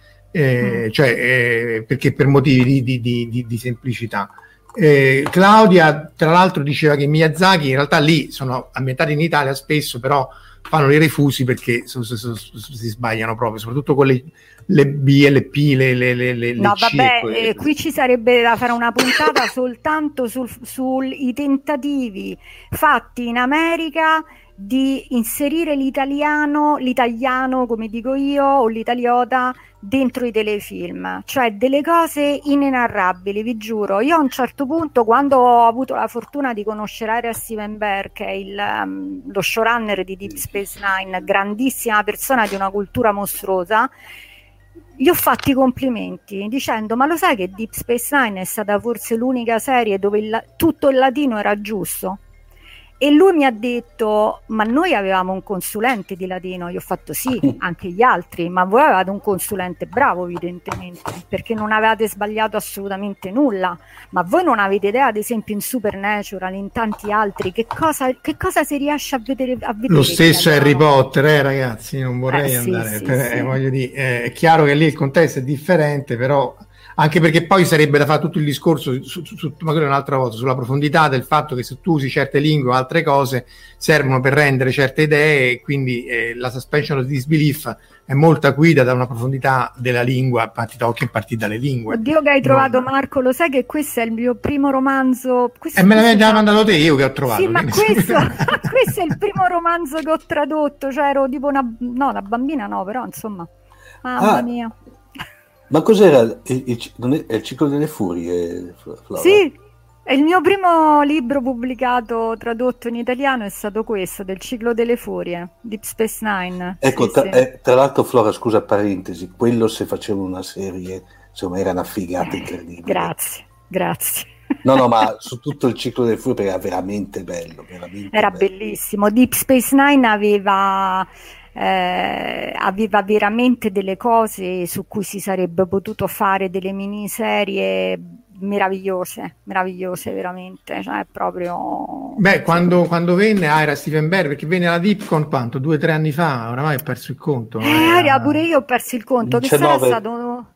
perché per motivi di semplicità. Claudia tra l'altro diceva che Miyazaki in realtà lì sono ambientati in Italia spesso, però fanno i refusi perché si sbagliano proprio, soprattutto con le BLP, le no C, vabbè, qui ci sarebbe da fare una puntata soltanto sui tentativi fatti in America di inserire l'italiano come dico io, o l'italiota dentro i telefilm, cioè delle cose inenarrabili, vi giuro. Io a un certo punto, quando ho avuto la fortuna di conoscere Ira Steven Behr, che è lo showrunner di Deep Space Nine, grandissima persona di una cultura mostruosa, gli ho fatto i complimenti dicendo: ma lo sai che Deep Space Nine è stata forse l'unica serie dove tutto il latino era giusto? E lui mi ha detto: ma noi avevamo un consulente di latino. Io ho fatto sì, anche gli altri, ma voi avevate un consulente bravo evidentemente, perché non avevate sbagliato assolutamente nulla. Ma voi non avete idea, ad esempio in Supernatural, in tanti altri, che cosa si riesce a vedere lo stesso Harry Potter, ragazzi, non vorrei andare, sì. Voglio dire, è chiaro che lì il contesto è differente, però anche perché poi sarebbe da fare tutto il discorso magari un'altra volta sulla profondità del fatto che se tu usi certe lingue o altre cose servono per rendere certe idee, e quindi la suspension of disbelief è molto guida da una profondità della lingua, che partì dalle lingue. Oddio che hai trovato, Marco, lo sai che questo è il mio primo romanzo? E me l'avevi già mandato te, io che ho trovato. Sì, ma questo è il primo romanzo che ho tradotto, cioè ero tipo una bambina, no, però insomma, mamma mia. Ma cos'era il ciclo delle furie, Flora? Sì, è il mio primo libro pubblicato, tradotto in italiano, è stato questo, del ciclo delle furie, Deep Space Nine. Ecco, sì. Tra l'altro, Flora, scusa, parentesi, quello se facevo una serie, insomma, era una figata incredibile. Grazie. No, ma su tutto il ciclo delle furie era veramente bello. Era bellissimo. Deep Space Nine aveva veramente delle cose su cui si sarebbe potuto fare delle miniserie meravigliose veramente, cioè proprio. Beh, quando venne Ira Steven Behr, perché venne alla Deepcon quanto? 2 o 3 anni fa, oramai ho perso il conto. Pure io ho perso il conto, 19, che sarà stato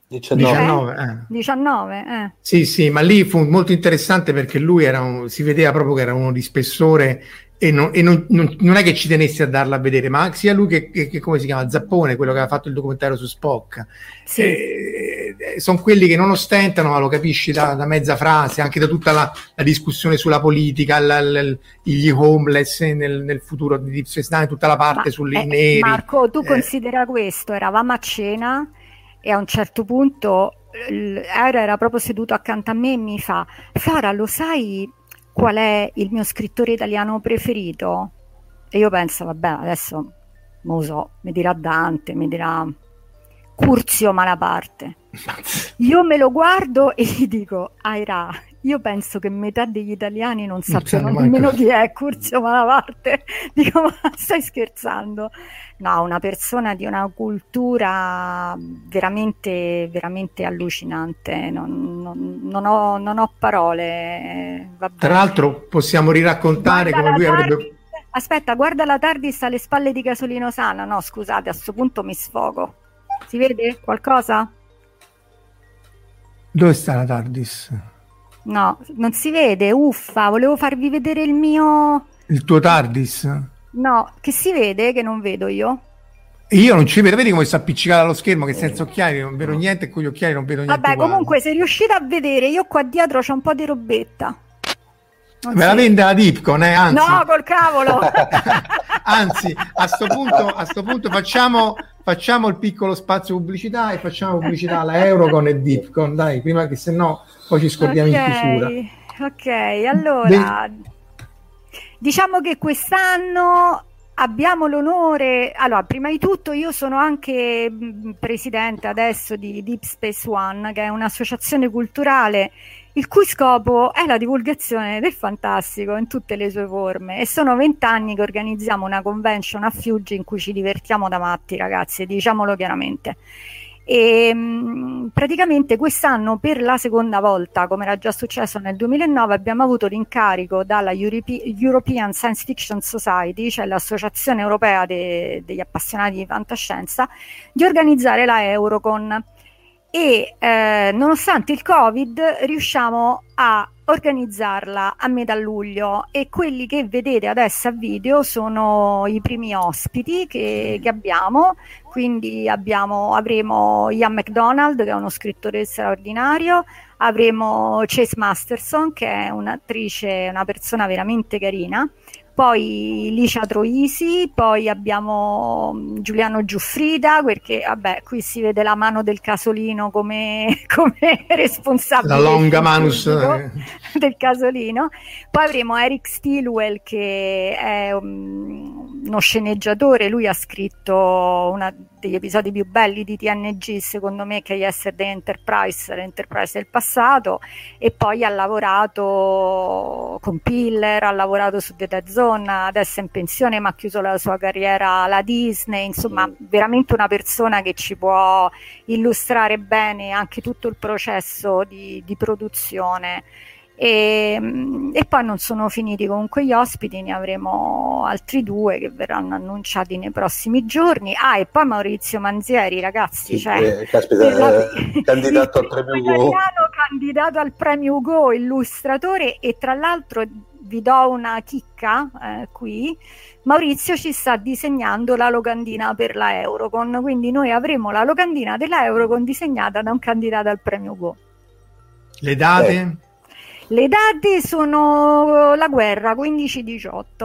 19. Sì, ma lì fu molto interessante perché lui si vedeva proprio che era uno di spessore, e non è che ci tenesse a darla a vedere, ma sia lui che come si chiama, Zappone, quello che aveva fatto il documentario su Spock, sono quelli che non ostentano, ma lo capisci da mezza frase, anche da tutta la discussione sulla politica, gli homeless nel futuro di Deep Space Nine, tutta la parte sui neri. Marco, tu considera questo, eravamo a cena e a un certo punto era proprio seduto accanto a me e mi fa: Flora, lo sai qual è il mio scrittore italiano preferito? E io penso, vabbè, adesso non lo so, mi dirà Dante, mi dirà Curzio Malaparte. Io me lo guardo e gli dico: Aira, io penso che metà degli italiani non sappiano nemmeno chi è Curzio Malaparte. Dico: ma stai scherzando? No, una persona di una cultura veramente, veramente allucinante. Non ho parole. Vabbè. Tra l'altro possiamo riraccontare come lui avrebbe... Aspetta, guarda la TARDIS alle spalle di Casolino Sana. No, scusate, a sto punto mi sfogo. Si vede qualcosa? Dove sta la TARDIS? No, non si vede, uffa, volevo farvi vedere il mio... Il tuo TARDIS? No, che si vede, che non vedo io. Io non ci vedo, vedi come sta appiccicata allo schermo, che senza occhiali non vedo niente, e con gli occhiali non vedo niente. Vabbè, comunque se riuscite a vedere, io qua dietro c'ho un po' di robetta. Me la vende la Deepcon, anzi. No, col cavolo! Anzi, a sto punto facciamo il piccolo spazio pubblicità e facciamo pubblicità alla Eurocon e Deepcon, dai, prima che sennò poi ci scordiamo in chiusura. Ok, allora diciamo che quest'anno abbiamo l'onore, allora prima di tutto io sono anche presidente adesso di Deep Space One, che è un'associazione culturale il cui scopo è la divulgazione del fantastico in tutte le sue forme, e sono 20 anni che organizziamo una convention a Fiuggi in cui ci divertiamo da matti, ragazzi, diciamolo chiaramente. E praticamente quest'anno, per la seconda volta, come era già successo nel 2009, abbiamo avuto l'incarico dalla European Science Fiction Society, cioè l'associazione europea degli appassionati di fantascienza, di organizzare la Eurocon. E nonostante il Covid riusciamo a organizzarla a metà luglio, e quelli che vedete adesso a video sono i primi ospiti che abbiamo. Quindi avremo Ian McDonald, che è uno scrittore straordinario, avremo Chase Masterson, che è un'attrice, una persona veramente carina, poi Licia Troisi, poi abbiamo Giuliano Giuffrida, perché vabbè, qui si vede la mano del Casolino come responsabile, la longa manus del Casolino. Poi avremo Eric Stilwell, che è uno sceneggiatore, lui ha scritto uno degli episodi più belli di TNG, secondo me, che è Yesterday Enterprise, l'Enterprise del passato, e poi ha lavorato con Piller, ha lavorato su The Dead Zone, adesso è in pensione ma ha chiuso la sua carriera alla Disney, insomma veramente una persona che ci può illustrare bene anche tutto il processo di produzione. E poi non sono finiti comunque gli ospiti, ne avremo altri 2 che verranno annunciati nei prossimi giorni. E poi Maurizio Manzieri, ragazzi, cioè, candidato al premio Hugo, candidato al premio Hugo, illustratore. E tra l'altro vi do una chicca qui: Maurizio ci sta disegnando la locandina per la Eurocon, quindi noi avremo la locandina della Eurocon disegnata da un candidato al premio Hugo. Le date? Le date sono la guerra, 15-18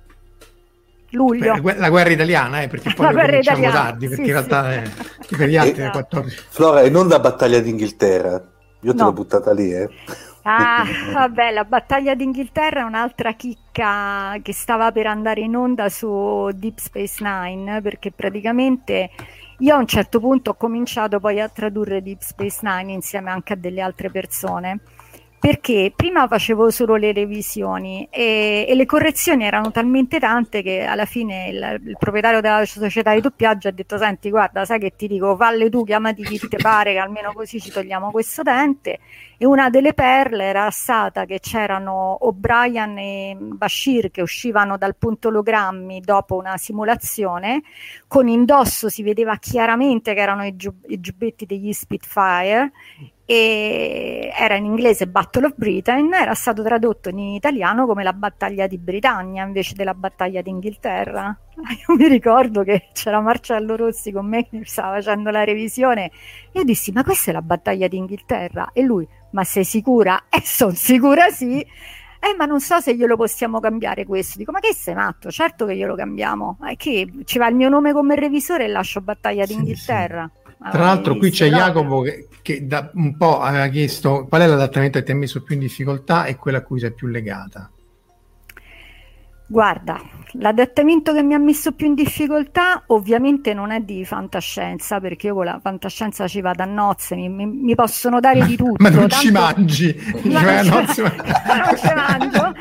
luglio. La guerra italiana, perché poi lo cominciamo tardi, perché in realtà è per gli altri è 14. Flora, e non la battaglia d'Inghilterra? Io te l'ho buttata lì, vabbè, la battaglia d'Inghilterra è un'altra chicca che stava per andare in onda su Deep Space Nine, perché praticamente io a un certo punto ho cominciato poi a tradurre Deep Space Nine insieme anche a delle altre persone, perché prima facevo solo le revisioni e le correzioni erano talmente tante che alla fine il proprietario della società di doppiaggio ha detto: senti, guarda, sai che ti dico, falle tu, chiamati chi ti pare, che almeno così ci togliamo questo dente. E una delle perle era stata che c'erano O'Brien e Bashir che uscivano dal punto ologrammi dopo una simulazione, con indosso si vedeva chiaramente che erano i giubbetti degli Spitfire, e era in inglese Battle of Britain, era stato tradotto in italiano come la battaglia di Britannia invece della battaglia d'Inghilterra. Io mi ricordo che c'era Marcello Rossi con me che stava facendo la revisione, e io dissi: ma questa è la battaglia d'Inghilterra? E lui: ma sei sicura? Sono sicura, sì. Ma non so se glielo possiamo cambiare questo. Dico: ma che sei matto? Certo che glielo cambiamo. Che ci va il mio nome come revisore e lascio battaglia d'Inghilterra. Sì. Tra l'altro qui c'è Jacopo che da un po' aveva chiesto qual è l'adattamento che ti ha messo più in difficoltà e quello a cui sei più legata. Guarda, l'adattamento che mi ha messo più in difficoltà ovviamente non è di fantascienza, perché io con la fantascienza ci vado a nozze, mi possono dare di tutto. Ma non ci mangi? Non ci mangio.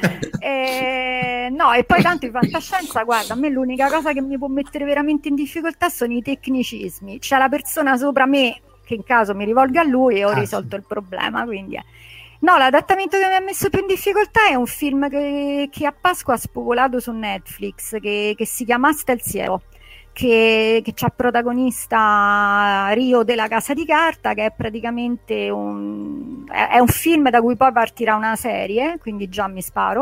No, e poi tanto in fantascienza, guarda, a me l'unica cosa che mi può mettere veramente in difficoltà sono i tecnicismi. C'è la persona sopra me che in caso mi rivolga a lui e ho risolto il problema, quindi No, l'adattamento che mi ha messo più in difficoltà è un film che a Pasqua ha spopolato su Netflix, che si chiama Hasta el Cielo, che c'ha protagonista Rio della Casa di Carta, che è praticamente è un film da cui poi partirà una serie, quindi già mi sparo.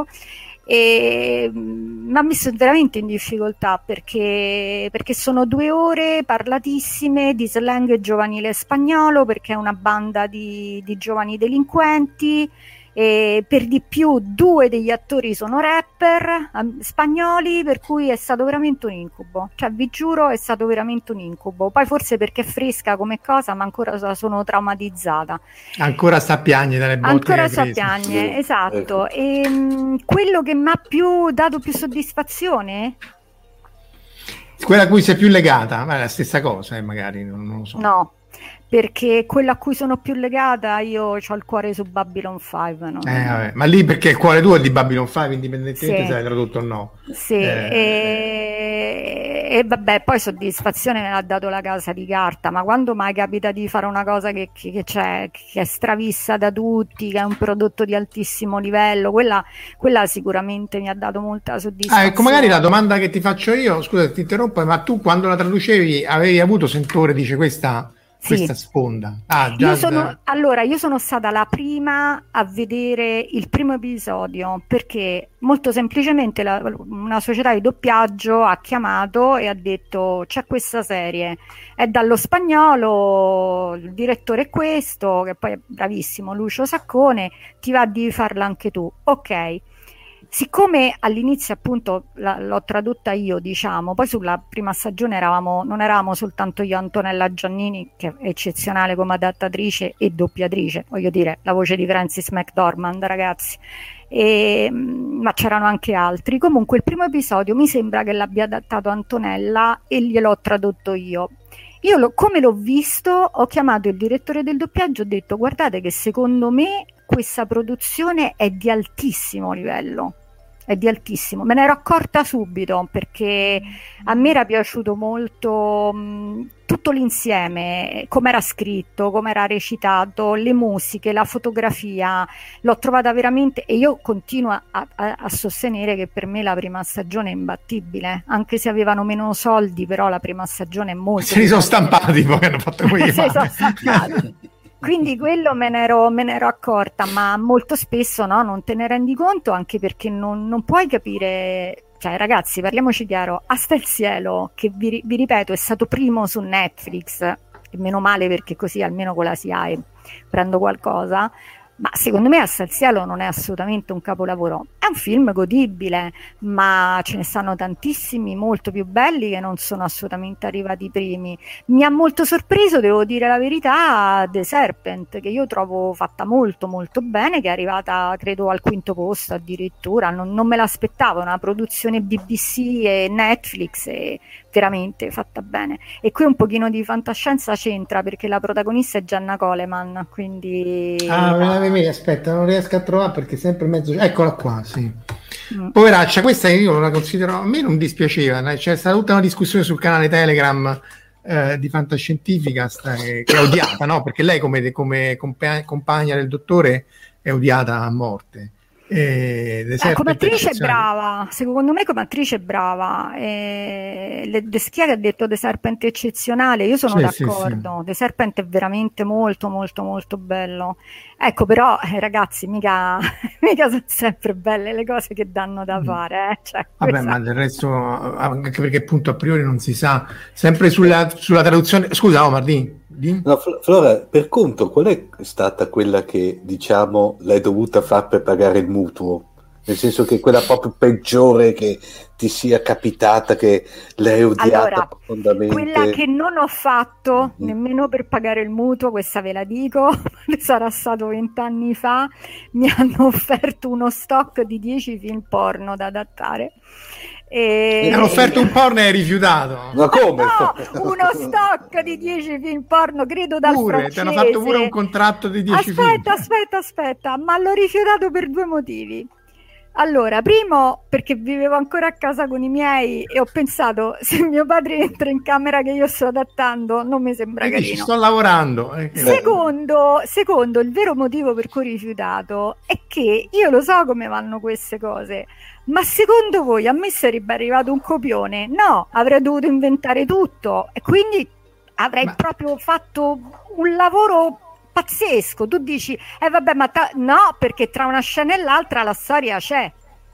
E mi ha messo veramente in difficoltà perché sono 2 ore parlatissime di slang giovanile spagnolo, perché è una banda di giovani delinquenti, e per di più 2 degli attori sono rapper spagnoli, per cui è stato veramente un incubo, cioè vi giuro è stato veramente un incubo. Poi forse perché è fresca come cosa, ma ancora sono traumatizzata, ancora sta a piagne dalle botte, ancora sta a piagne, esatto. E quello che mi ha dato più soddisfazione, quella a cui sei più legata, ma è la stessa cosa, magari non lo so. No, perché quello a cui sono più legata, io ho il cuore su Babylon 5, no? Vabbè. Ma lì perché il cuore tuo è di Babylon 5, indipendentemente Sì. se l'hai tradotto o no. Sì, e vabbè, poi soddisfazione me l'ha dato La Casa di Carta, ma quando mai capita di fare una cosa che è stravista da tutti, che è un prodotto di altissimo livello, quella sicuramente mi ha dato molta soddisfazione. Ecco, magari la domanda che ti faccio io, scusa ti interrompo, ma tu quando la traducevi avevi avuto sentore, dice questa sponda? Io sono stata la prima a vedere il primo episodio, perché molto semplicemente una società di doppiaggio ha chiamato e ha detto c'è questa serie, è dallo spagnolo, il direttore è questo, che poi è bravissimo, Lucio Saccone, ti va di farla anche tu, ok. Siccome all'inizio appunto l'ho tradotta io, diciamo, poi sulla prima stagione non eravamo soltanto io, Antonella Giannini, che è eccezionale come adattatrice e doppiatrice, voglio dire, la voce di Frances McDormand, ragazzi, ma c'erano anche altri. Comunque il primo episodio mi sembra che l'abbia adattato Antonella e gliel'ho tradotto io. Come l'ho visto, ho chiamato il direttore del doppiaggio e ho detto guardate che secondo me questa produzione è di altissimo livello, è di altissimo, me ne ero accorta subito perché a me era piaciuto molto tutto l'insieme, come era scritto, come era recitato, le musiche, la fotografia, l'ho trovata veramente, e io continuo a sostenere che per me la prima stagione è imbattibile, anche se avevano meno soldi, però la prima stagione è molto... Se li sono stampati poi hanno fatto quei Se sono stampati. Quindi quello me ne ero accorta, ma molto spesso no, non te ne rendi conto, anche perché non puoi capire, cioè ragazzi, parliamoci chiaro, Asta il cielo, che vi ripeto è stato primo su Netflix, e meno male perché così almeno con la SIAE prendo qualcosa, ma secondo me Asta il cielo non è assolutamente un capolavoro, è un film godibile, ma ce ne stanno tantissimi molto più belli che non sono assolutamente arrivati primi. Mi ha molto sorpreso, devo dire la verità, The Serpent, che io trovo fatta molto molto bene, che è arrivata credo al 5° posto addirittura, non me l'aspettavo, una produzione BBC e Netflix, e veramente fatta bene. E qui un pochino di fantascienza c'entra, perché la protagonista è Jenna Coleman, quindi... aspetta, non riesco a trovare perché è sempre mezzo... Eccola qua, sì. Poveraccia, questa io la considero, a me non dispiaceva, c'è stata tutta una discussione sul canale Telegram di Fantascientifica che è odiata, no? Perché lei come compagna del dottore è odiata a morte. Come attrice è brava, secondo me come attrice è brava. Chi ha detto The Serpent è eccezionale, io sono d'accordo, sì. The Serpent è veramente molto molto molto bello, ecco, però ragazzi mica sono sempre belle le cose che danno da fare, cioè, vabbè, ma del resto, anche perché appunto a priori non si sa, sempre sulla traduzione. Scusa Omar, No, Flora, per conto, qual è stata quella che, diciamo, l'hai dovuta far per pagare il mutuo? Nel senso che quella proprio peggiore che ti sia capitata, che l'hai odiata profondamente. Quella che non ho fatto nemmeno per pagare il mutuo, questa ve la dico, sarà stato 20 anni fa, mi hanno offerto uno stock di 10 film porno da adattare. E hanno offerto un porno e hai rifiutato? Ma come? No, uno stock di 10 film porno, credo dal francese. Ti hanno fatto pure un contratto di 10 film. Aspetta, ma l'ho rifiutato per 2 motivi. Allora, primo perché vivevo ancora a casa con i miei e ho pensato, se mio padre entra in camera che io sto adattando non mi sembra carino. Ci sto lavorando. Secondo, il vero motivo per cui ho rifiutato è che io lo so come vanno queste cose, ma secondo voi a me sarebbe arrivato un copione? No, avrei dovuto inventare tutto e quindi avrei proprio fatto un lavoro pazzesco. Tu dici vabbè, ma no, perché tra una scena e l'altra la storia c'è.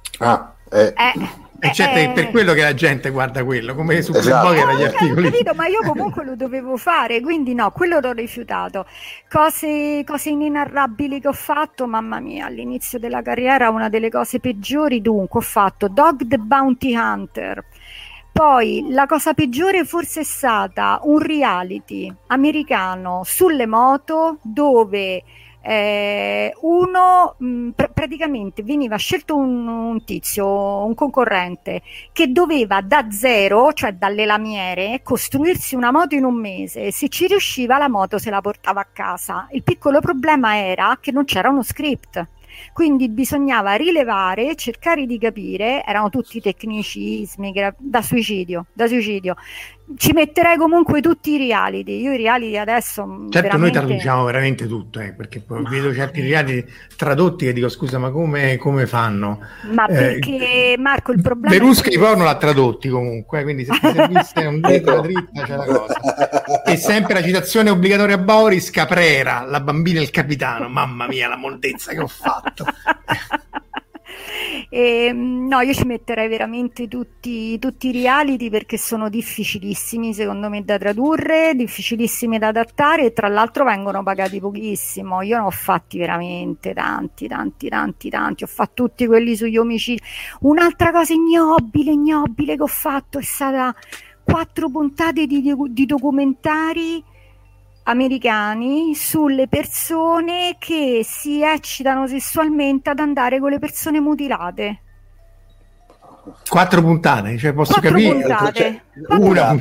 È per quello che la gente guarda quello, come su Playboy gli articoli. Capito, ma io comunque lo dovevo fare, quindi no, quello l'ho rifiutato. Cose inenarrabili che ho fatto, mamma mia, all'inizio della carriera una delle cose peggiori, dunque ho fatto Dog the Bounty Hunter. Poi la cosa peggiore forse è stata un reality americano sulle moto dove Uno praticamente veniva scelto un tizio, un concorrente, che doveva da zero, cioè dalle lamiere, costruirsi una moto in un mese. Se ci riusciva, la moto se la portava a casa. Il piccolo problema era che non c'era uno script, quindi bisognava rilevare, cercare di capire, erano tutti tecnicismi da suicidio. Ci metterei comunque tutti i reality. Io i reality adesso certo veramente... noi traduciamo veramente tutto, perché poi vedo certi reality tradotti e dico scusa, ma come fanno? Ma perché Marco, il problema Berlusconi porno l'ha tradotti comunque, quindi se ti servisse un dito dritta c'è la cosa. E sempre la citazione obbligatoria a Boris: Caprera, la bambina e il capitano. Mamma mia, la moldezza che ho fatto. No, io ci metterei veramente tutti i reality, perché sono difficilissimi secondo me da tradurre, difficilissimi da adattare, e tra l'altro vengono pagati pochissimo. Io ne ho fatti veramente tanti, ho fatto tutti quelli sugli omicidi. Un'altra cosa ignobile che ho fatto è stata 4 puntate di documentari americani sulle persone che si eccitano sessualmente ad andare con le persone mutilate. 4 puntate, cioè posso 4 capire puntate. una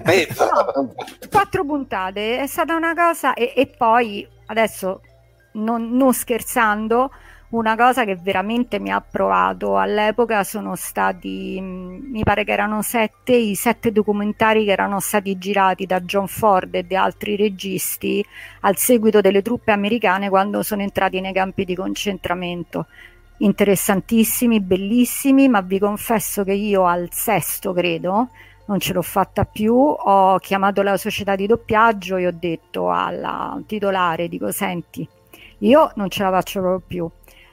4 puntate è stata una cosa, e poi adesso non scherzando, una cosa che veramente mi ha provato all'epoca sono stati, mi pare che erano 7 documentari che erano stati girati da John Ford e da altri registi al seguito delle truppe americane quando sono entrati nei campi di concentramento. Interessantissimi, bellissimi, ma vi confesso che io al 6º, credo, non ce l'ho fatta più. Ho chiamato la società di doppiaggio e ho detto alla titolare, dico: senti, io non ce la faccio proprio più.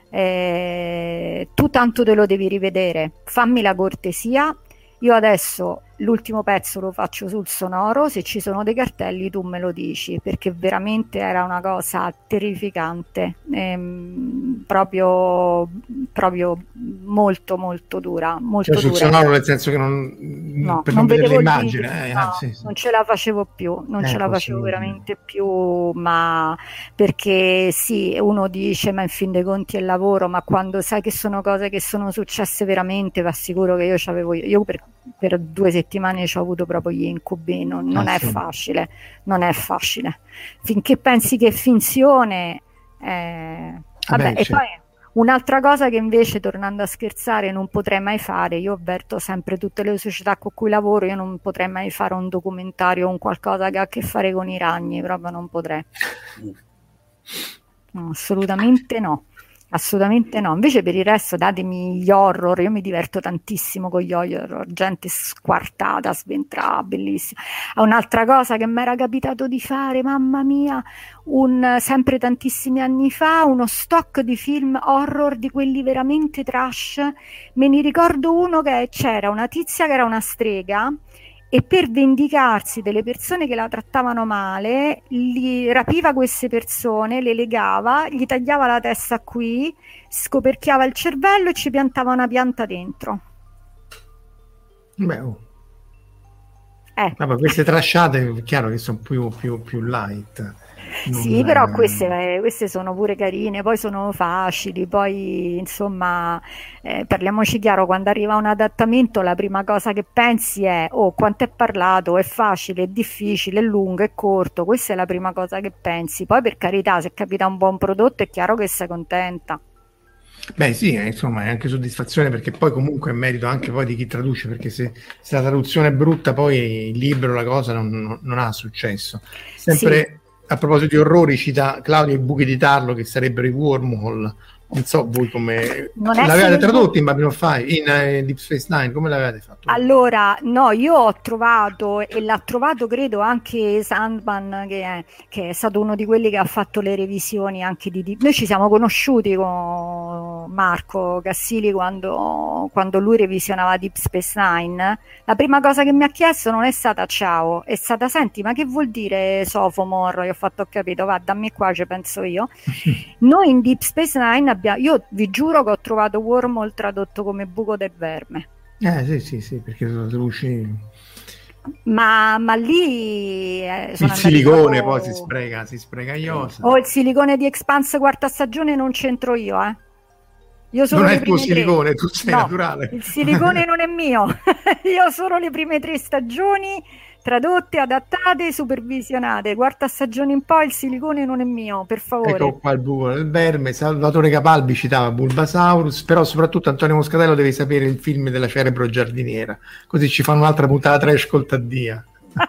Tu tanto te lo devi rivedere, fammi la cortesia, io adesso l'ultimo pezzo lo faccio sul sonoro, se ci sono dei cartelli tu me lo dici, perché veramente era una cosa terrificante, proprio molto dura, molto sul dura. sonoro, nel senso che non vedere l'immagine, sì. Non ce la facevo più, veramente più, ma perché sì, uno dice ma in fin dei conti è lavoro, ma quando sai che sono cose che sono successe veramente, vi assicuro che io per 2 settimane ci ho avuto proprio gli incubi. Non è facile, finché pensi che è finzione, vabbè. E poi un'altra cosa che invece, tornando a scherzare, non potrei mai fare, io avverto sempre tutte le società con cui lavoro, io non potrei mai fare un documentario o un qualcosa che ha a che fare con i ragni, proprio non potrei. No, assolutamente no. Invece per il resto datemi gli horror, io mi diverto tantissimo con gli horror, gente squartata, sventrata, bellissima. Un'altra cosa che mi era capitato di fare, mamma mia, sempre tantissimi anni fa, uno stock di film horror di quelli veramente trash. Me ne ricordo uno che c'era una tizia che era una strega, e per vendicarsi delle persone che la trattavano male, rapiva queste persone, le legava, gli tagliava la testa qui, scoperchiava il cervello e ci piantava una pianta dentro. Vabbè, queste trasciate è chiaro che sono più light. Sì, però queste sono pure carine, poi sono facili, poi insomma, parliamoci chiaro, quando arriva un adattamento la prima cosa che pensi è: oh, quanto è parlato, è facile, è difficile, è lungo, è corto. Questa è la prima cosa che pensi. Poi, per carità, se capita un buon prodotto è chiaro che sei contenta. Beh sì, insomma è anche soddisfazione, perché poi comunque è merito anche poi di chi traduce, perché se la traduzione è brutta poi il libro, la cosa non ha successo. Sempre sì. A proposito di orrori, cita Claudio i buchi di tarlo, che sarebbero i wormhole. Non so voi come l'avevate tradotto in Babylon 5, in Deep Space Nine, come l'avevate fatto? Allora, no, io ho trovato, e l'ha trovato credo anche Sandman, che è stato uno di quelli che ha fatto le revisioni anche di noi ci siamo conosciuti con Marco Cassili quando lui revisionava Deep Space Nine. La prima cosa che mi ha chiesto non è stata ciao, è stata: senti, ma che vuol dire Sophomore? Io ho fatto: ho capito, va, dammi qua, ci penso io. Noi in Deep Space Nine io vi giuro che ho trovato wormhole tradotto come buco del verme. Sì, perché sono luci. Ma lì il silicone poi si spreca iosa. Il silicone di Expanse quarta stagione non c'entro io, Io solo non è il tuo silicone, tu sei naturale. Il silicone non è mio. Io solo le prime 3 stagioni tradotte, adattate, supervisionate. Quarta stagione in poi il silicone non è mio, per favore. Ecco qua il buco del verme. Salvatore Capalbi citava Bulbasaurus, però soprattutto Antonio Moscatello deve sapere il film della cerebro giardiniera, così ci fanno un'altra puntata trash col Taddia.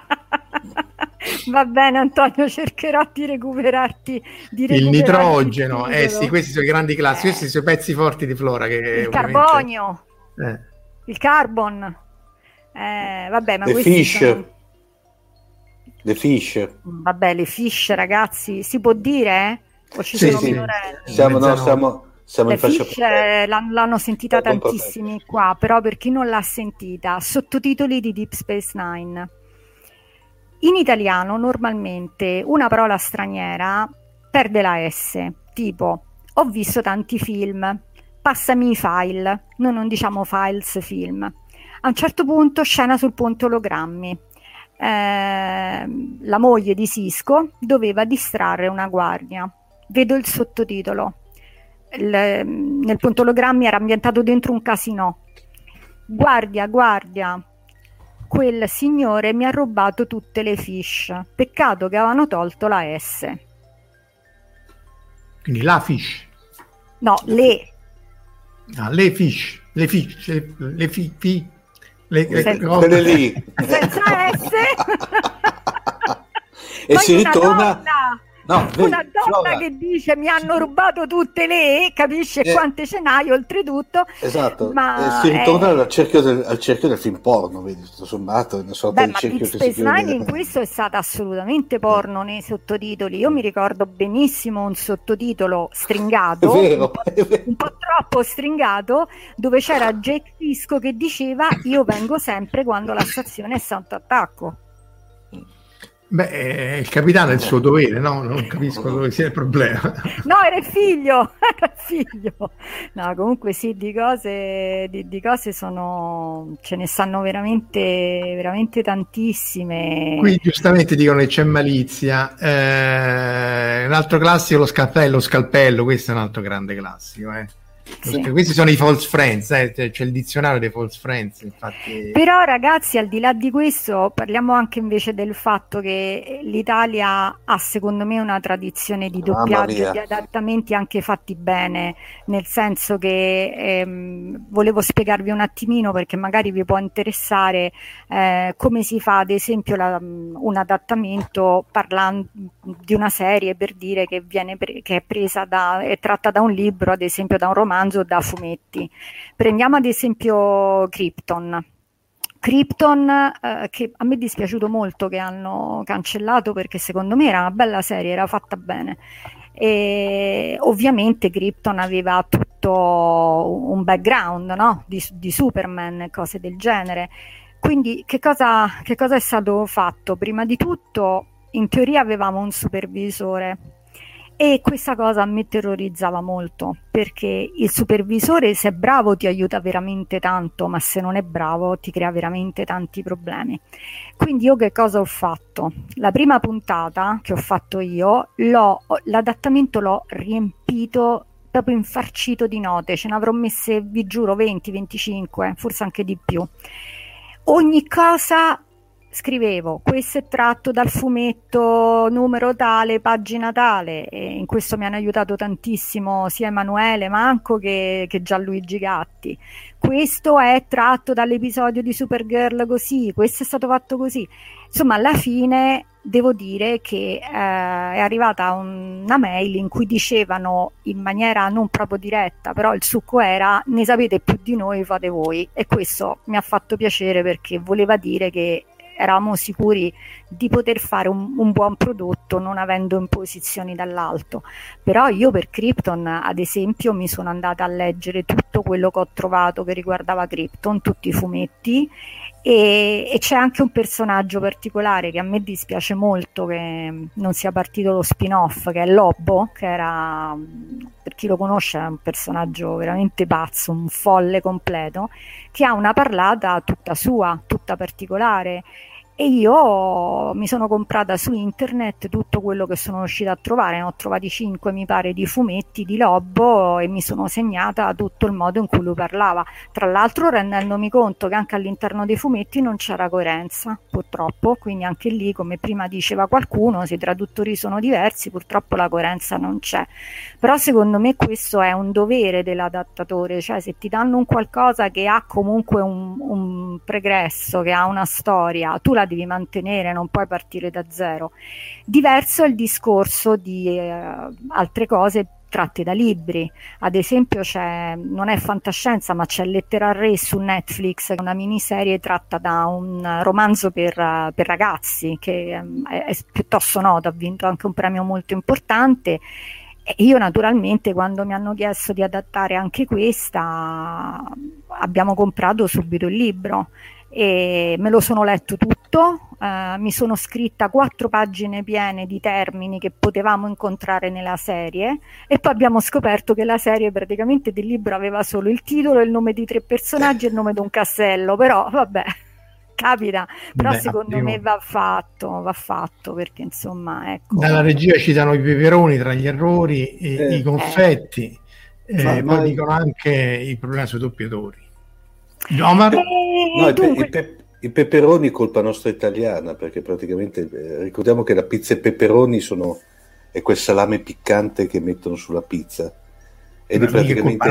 Va bene Antonio, cercherò di recuperarti il nitrogeno, sì, questi sono i grandi classici, questi sono i pezzi forti di Flora, che il carbonio, il carbon, vabbè, ma le fish. Le fish. Vabbè, le fish, ragazzi, si può dire? O ci sono minorenni? Siamo le in fascia fish l'hanno sentita tantissimi qua, però per chi non l'ha sentita, sottotitoli di Deep Space Nine. In italiano normalmente una parola straniera perde la S, tipo ho visto tanti film, passami i file, noi non diciamo files, film. A un certo punto scena sul ponte ologrammi. La moglie di Sisko doveva distrarre una guardia. Vedo il sottotitolo. Nel ponte ologrammi era ambientato dentro un casinò. Guardia, quel signore mi ha rubato tutte le fish. Peccato che avevano tolto la S. Quindi la fish. No, le. Le fish. Quelle lì. Senza S. E si ritorna... una donna Flora, che dice mi hanno rubato tutte le, capisce quante ce n'hai oltretutto. Esatto, ma si ritorna al cerchio del film porno, vedi, tutto sommato, una sorta di cerchio. Deep Space Nine in questo è stata assolutamente porno nei sottotitoli. Io mi ricordo benissimo un sottotitolo stringato, è vero. Un po' troppo stringato, dove c'era Jake Sisko che diceva io vengo sempre quando la stazione è sotto attacco. Beh, il capitano è il suo dovere, no? Non capisco dove sia il problema. No, era il figlio. No, comunque sì, di cose sono, ce ne stanno veramente, veramente tantissime. Qui giustamente dicono che c'è malizia. Un altro classico, lo scalpello, questo è un altro grande classico, Sì. Questi sono i false friends, c'è il dizionario dei false friends, infatti. Però ragazzi, al di là di questo, parliamo anche invece del fatto che l'Italia ha secondo me una tradizione di doppiaggio, di adattamenti anche fatti bene, nel senso che volevo spiegarvi un attimino perché magari vi può interessare come si fa ad esempio un adattamento parlando di una serie, per dire che è tratta da un libro, ad esempio da un romanzo, da fumetti. Prendiamo ad esempio Krypton, che a me è dispiaciuto molto che hanno cancellato, perché secondo me era una bella serie, era fatta bene. E ovviamente Krypton aveva tutto un background, no? di Superman e cose del genere. Quindi che cosa è stato fatto? Prima di tutto, in teoria avevamo un supervisore. E questa cosa a me terrorizzava molto, perché il supervisore, se è bravo, ti aiuta veramente tanto, ma se non è bravo ti crea veramente tanti problemi. Quindi io che cosa ho fatto? La prima puntata che ho fatto io, l'adattamento l'ho riempito, proprio infarcito di note, ce ne avrò messe, vi giuro, 20-25, forse anche di più. Ogni cosa scrivevo, questo è tratto dal fumetto numero tale, pagina tale, e in questo mi hanno aiutato tantissimo sia Emanuele Manco che Gianluigi Gatti. Questo è tratto dall'episodio di Supergirl così, questo è stato fatto così. Insomma, alla fine devo dire che è arrivata una mail in cui dicevano in maniera non proprio diretta, però il succo era: ne sapete più di noi, fate voi. E questo mi ha fatto piacere, perché voleva dire che eravamo sicuri di poter fare un buon prodotto non avendo imposizioni dall'alto. Però io per Krypton, ad esempio, mi sono andata a leggere tutto quello che ho trovato che riguardava Krypton, tutti i fumetti, e c'è anche un personaggio particolare che a me dispiace molto che non sia partito lo spin-off, che è Lobo, che era, per chi lo conosce, è un personaggio veramente pazzo, un folle completo, che ha una parlata tutta sua, tutta particolare. E io mi sono comprata su internet tutto quello che sono riuscita a trovare, ne ho trovati 5 mi pare di fumetti di Lobo e mi sono segnata tutto il modo in cui lui parlava, tra l'altro rendendomi conto che anche all'interno dei fumetti non c'era coerenza purtroppo, quindi anche lì, come prima diceva qualcuno, se i traduttori sono diversi purtroppo la coerenza non c'è, però secondo me questo è un dovere dell'adattatore, cioè se ti danno un qualcosa che ha comunque un pregresso, che ha una storia, tu la devi mantenere, non puoi partire da zero. Diverso è il discorso di altre cose tratte da libri, ad esempio non è fantascienza ma c'è Lettera Re su Netflix, che è una miniserie tratta da un romanzo per ragazzi che è piuttosto noto, ha vinto anche un premio molto importante. E io naturalmente quando mi hanno chiesto di adattare anche questa abbiamo comprato subito il libro e me lo sono letto tutto, mi sono scritta 4 pagine piene di termini che potevamo incontrare nella serie e poi abbiamo scoperto che la serie praticamente del libro aveva solo il titolo, il nome di 3 personaggi e il nome di un castello, però vabbè, capita, però secondo me va fatto perché insomma ecco. Dalla regia citano i peperoni tra gli errori, i confetti, poi dicono anche il problema sui doppiatori. Omar? No, i peperoni colpa nostra italiana, perché praticamente ricordiamo che la pizza e peperoni è quel salame piccante che mettono sulla pizza e praticamente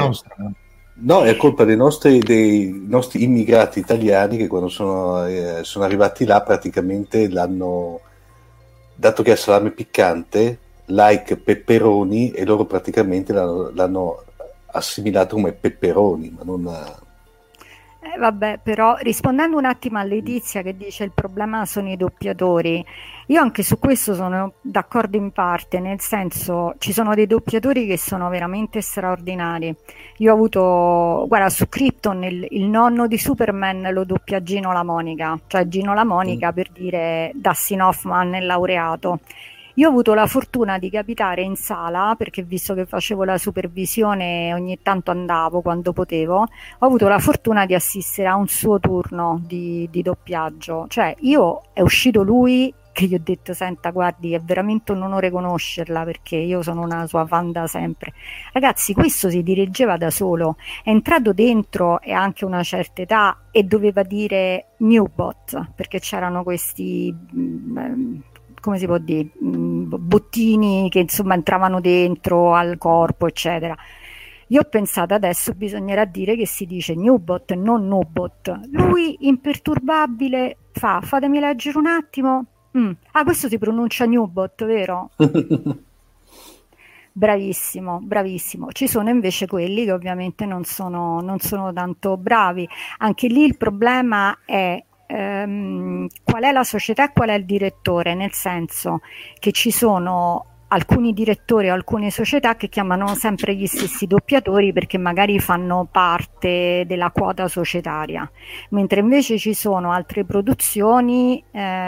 no, è colpa dei nostri immigrati italiani che quando sono arrivati là praticamente l'hanno, dato che è salame piccante, like peperoni, e loro praticamente l'hanno assimilato come peperoni, ma non vabbè, però rispondendo un attimo a Letizia che dice il problema sono i doppiatori, io anche su questo sono d'accordo in parte, nel senso ci sono dei doppiatori che sono veramente straordinari. Io ho avuto, guarda, su Krypton il nonno di Superman lo doppia Gino La Monica, cioè Gino La Monica per dire Dustin Hoffman, il laureato. Io ho avuto la fortuna di capitare in sala, perché visto che facevo la supervisione ogni tanto andavo quando potevo, ho avuto la fortuna di assistere a un suo turno di doppiaggio, cioè è uscito lui che gli ho detto senta guardi è veramente un onore conoscerla perché io sono una sua fan da sempre, ragazzi questo si dirigeva da solo, è entrato dentro e anche una certa età e doveva dire Newbot perché c'erano questi come si può dire, bottini che insomma entravano dentro al corpo eccetera. Io ho pensato adesso bisognerà dire che si dice Newbot e non Nubot. Lui imperturbabile fatemi leggere un attimo. Questo si pronuncia Newbot, vero? Bravissimo, bravissimo. Ci sono invece quelli che ovviamente non sono tanto bravi. Anche lì il problema è qual è la società e qual è il direttore, nel senso che ci sono alcuni direttori o alcune società che chiamano sempre gli stessi doppiatori perché magari fanno parte della quota societaria, mentre invece ci sono altre produzioni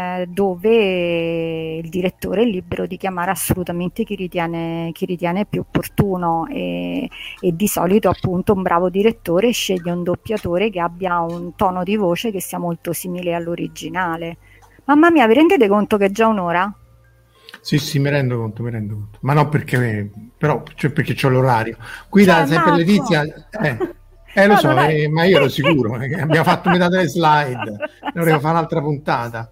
dove il direttore è libero di chiamare assolutamente chi ritiene più opportuno e di solito appunto un bravo direttore sceglie un doppiatore che abbia un tono di voce che sia molto simile all'originale. Mamma mia, vi rendete conto che è già un'ora? Sì, mi rendo conto, ma non perché perché c'ho l'orario. Qui da sempre Letizia, lo so, ma io ero sicuro, abbiamo fatto metà delle slide, dovremmo fare un'altra puntata.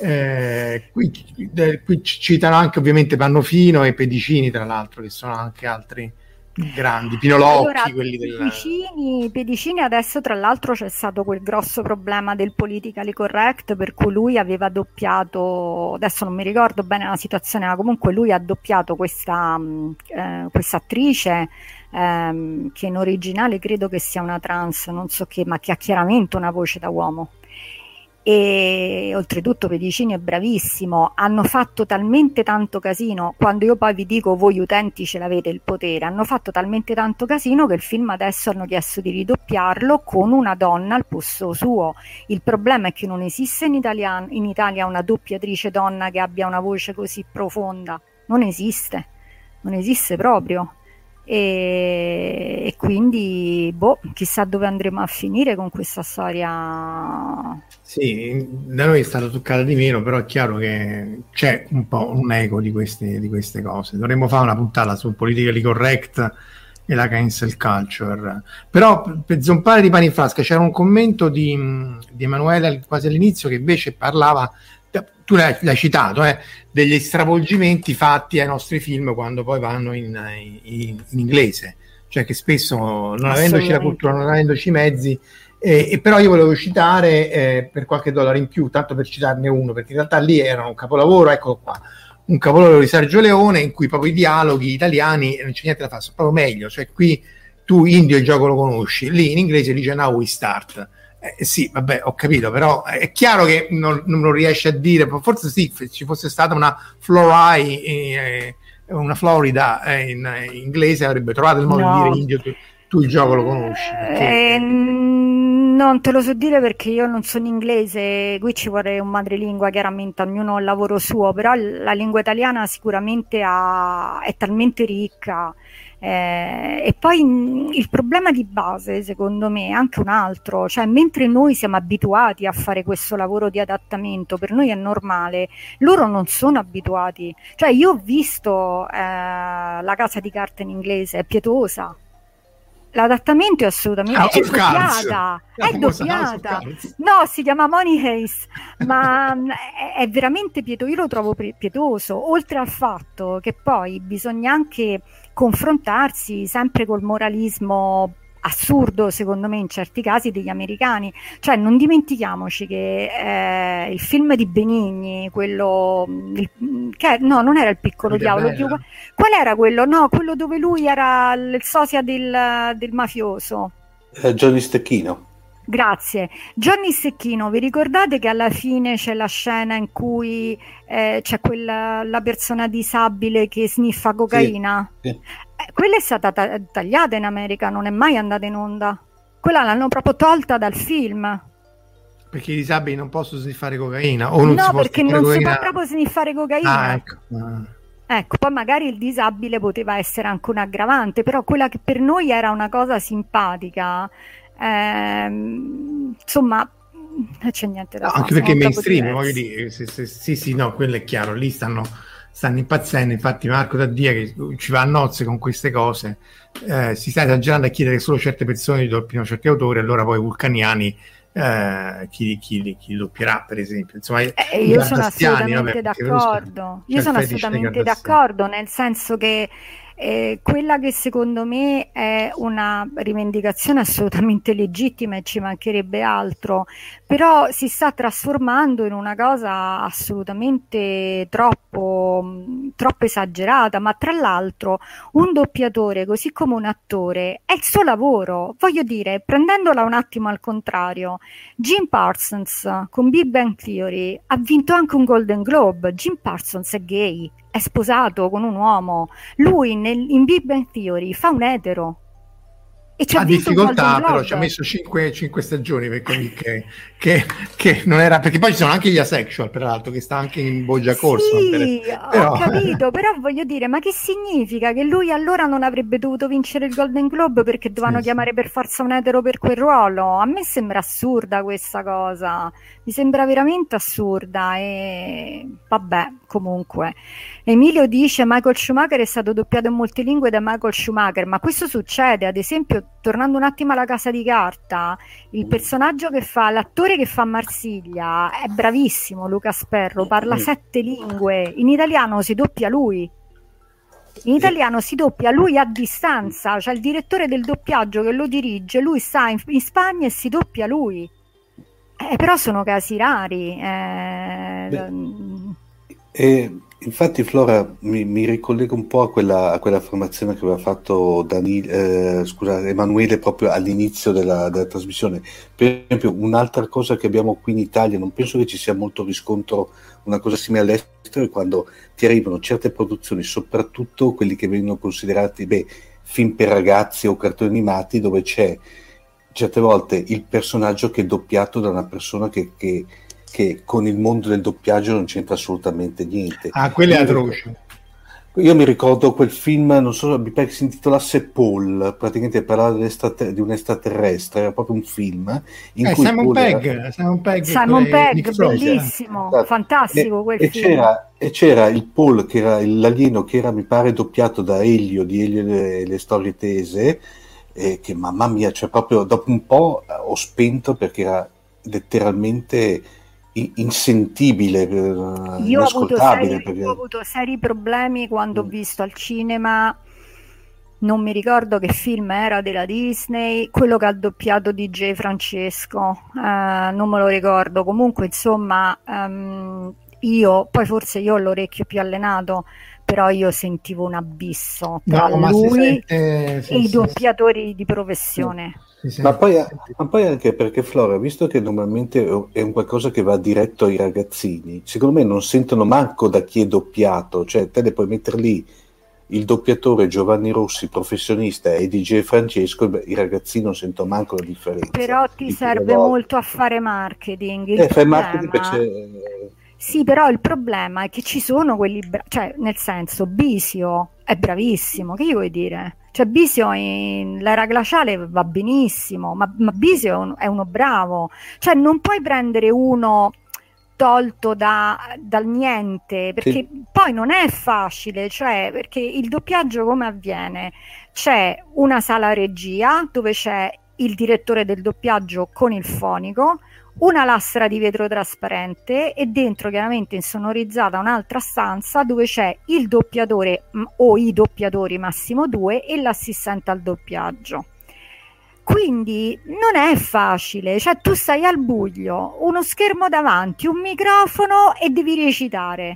Qui citano anche ovviamente Pannofino e Pedicini, tra l'altro, che sono anche altri grandi, Pinolocchi, allora, quelli Pedicini adesso tra l'altro c'è stato quel grosso problema del politically correct per cui lui aveva doppiato, adesso non mi ricordo bene la situazione, ma comunque lui ha doppiato questa attrice che in originale credo che sia una trans, non so che, ma che ha chiaramente una voce da uomo. E oltretutto Pedicini è bravissimo, hanno fatto talmente tanto casino, quando io poi vi dico voi utenti ce l'avete il potere, hanno fatto talmente tanto casino che il film adesso hanno chiesto di ridoppiarlo con una donna al posto suo. Il problema è che non esiste in Italia una doppiatrice donna che abbia una voce così profonda, non esiste proprio. e quindi chissà dove andremo a finire con questa storia. Sì, da noi è stata toccata di meno, però è chiaro che c'è un po' un eco di queste cose. Dovremmo fare una puntata sul politically correct e la cancel culture. Però per zompare di pane in frasca c'era un commento di Emanuele quasi all'inizio che invece parlava, tu l'hai citato, degli stravolgimenti fatti ai nostri film quando poi vanno in inglese, cioè che spesso non avendoci la cultura, non avendoci i mezzi, e però io volevo citare per qualche dollaro in più, tanto per citarne uno, perché in realtà lì era un capolavoro, eccolo qua, un capolavoro di Sergio Leone in cui proprio i dialoghi italiani non c'è niente da fare, sono proprio meglio, cioè qui tu indio il gioco lo conosci, lì in inglese dice now we start. Sì, vabbè, ho capito, però è chiaro che non lo riesce a dire, forse sì, se ci fosse stata una una Florida in inglese avrebbe trovato il modo di dire indio, tu il gioco lo conosci. Non te lo so dire perché io non sono inglese, qui ci vorrei un madrelingua, chiaramente ognuno ha il lavoro suo, però la lingua italiana sicuramente è talmente ricca. E poi il problema di base secondo me è anche un altro, cioè mentre noi siamo abituati a fare questo lavoro di adattamento, per noi è normale, loro non sono abituati, cioè io ho visto La casa di carta in inglese, è pietosa, l'adattamento è assolutamente è doppiata, no, si chiama Money Heist, ma è veramente pietoso, io lo trovo pietoso, oltre al fatto che poi bisogna anche confrontarsi sempre col moralismo assurdo, secondo me in certi casi, degli americani, cioè non dimentichiamoci che il film di Benigni, quello non era Il piccolo diavolo, qual era quello? No, quello dove lui era il sosia del mafioso, Johnny Stecchino. Grazie. Johnny Stecchino, vi ricordate che alla fine c'è la scena in cui c'è la persona disabile che sniffa cocaina? Sì. Quella è stata tagliata in America, non è mai andata in onda. Quella l'hanno proprio tolta dal film. Perché i disabili non possono sniffare cocaina? O non no, si può perché non si può proprio sniffare cocaina. Ecco. Ecco, poi magari il disabile poteva essere anche un aggravante, però quella che per noi era una cosa simpatica, insomma, non c'è niente da fare. Anche perché mainstream, voglio dire, sì, no, quello è chiaro, lì stanno impazzendo, infatti Marco Taddia che ci va a nozze con queste cose, si sta esagerando a chiedere che solo certe persone doppino certi autori, allora poi Vulcaniani chi doppierà, per esempio, insomma, io sono assolutamente d'accordo, nel senso che quella che secondo me è una rivendicazione assolutamente legittima e ci mancherebbe altro, però si sta trasformando in una cosa assolutamente troppo esagerata, ma tra l'altro un doppiatore così come un attore è il suo lavoro, voglio dire, prendendola un attimo al contrario, Jim Parsons con Big Bang Theory ha vinto anche un Golden Globe. Jim Parsons è gay, è sposato con un uomo, lui in Big Bang Theory fa un etero e ha difficoltà, però ci ha messo 5 stagioni perché che non era, perché poi ci sono anche gli asexual, peraltro, che sta anche in BoJack Horseman. Sì, ho capito, però voglio dire, ma che significa? Che lui allora non avrebbe dovuto vincere il Golden Globe perché dovevano chiamare per forza un etero per quel ruolo? A me sembra assurda questa cosa, mi sembra veramente assurda e vabbè, comunque. Emilio dice Michael Schumacher è stato doppiato in molte lingue da Michael Schumacher, ma questo succede, ad esempio, tornando un attimo alla Casa di Carta, il personaggio che fa, l'attore che fa Marsiglia è bravissimo, Luca Sperro, parla 7 lingue, in italiano si doppia lui. In italiano si doppia lui a distanza, cioè il direttore del doppiaggio che lo dirige, lui sta in Spagna e si doppia lui. Però sono casi rari. Infatti Flora mi ricollego un po' a quella affermazione che aveva fatto Emanuele proprio all'inizio della trasmissione. Per esempio, un'altra cosa che abbiamo qui in Italia, non penso che ci sia molto riscontro una cosa simile all'estero, è quando ti arrivano certe produzioni, soprattutto quelli che vengono considerati film per ragazzi o cartoni animati, dove c'è certe volte il personaggio che è doppiato da una persona che con il mondo del doppiaggio non c'entra assolutamente niente. Quello è atroce. Io mi ricordo quel film, non so, mi pare che si intitolasse Paul, praticamente parlava di un extraterrestre, era proprio un film in cui Simon Paul Pegg, Simon Pegg, Nick Frost. bellissimo, Esatto. fantastico quel film. C'era il Paul, che era l'alieno, che era, mi pare, doppiato da Elio, di Elio e le storie tese, che mamma mia, cioè proprio dopo un po' ho spento perché era letteralmente insentibile, Io inascoltabile. ho avuto seri problemi quando ho visto al cinema, non mi ricordo che film era della Disney, quello che ha doppiato DJ Francesco, non me lo ricordo, comunque insomma poi forse io ho l'orecchio più allenato, però io sentivo un abisso tra lui e i doppiatori di professione. Sì. Ma poi anche perché, Flora, visto che normalmente è un qualcosa che va diretto ai ragazzini, secondo me non sentono manco da chi è doppiato, cioè te le puoi mettere lì il doppiatore Giovanni Rossi, professionista, e DJ Francesco, i ragazzini non sentono manco la differenza. Però ti serve molto a fare marketing. Fai marketing perché sì, però il problema è che ci sono quelli, cioè nel senso, Bisio è bravissimo, che io vuoi dire? Cioè Bisio l'era glaciale va benissimo, ma Bisio è uno bravo, cioè non puoi prendere uno tolto dal niente, perché poi non è facile, cioè perché il doppiaggio come avviene? C'è una sala regia dove c'è il direttore del doppiaggio con il fonico, una lastra di vetro trasparente e dentro chiaramente insonorizzata un'altra stanza dove c'è il doppiatore o i doppiatori massimo 2 e l'assistente al doppiaggio. Quindi non è facile, cioè tu stai al buio, uno schermo davanti, un microfono e devi recitare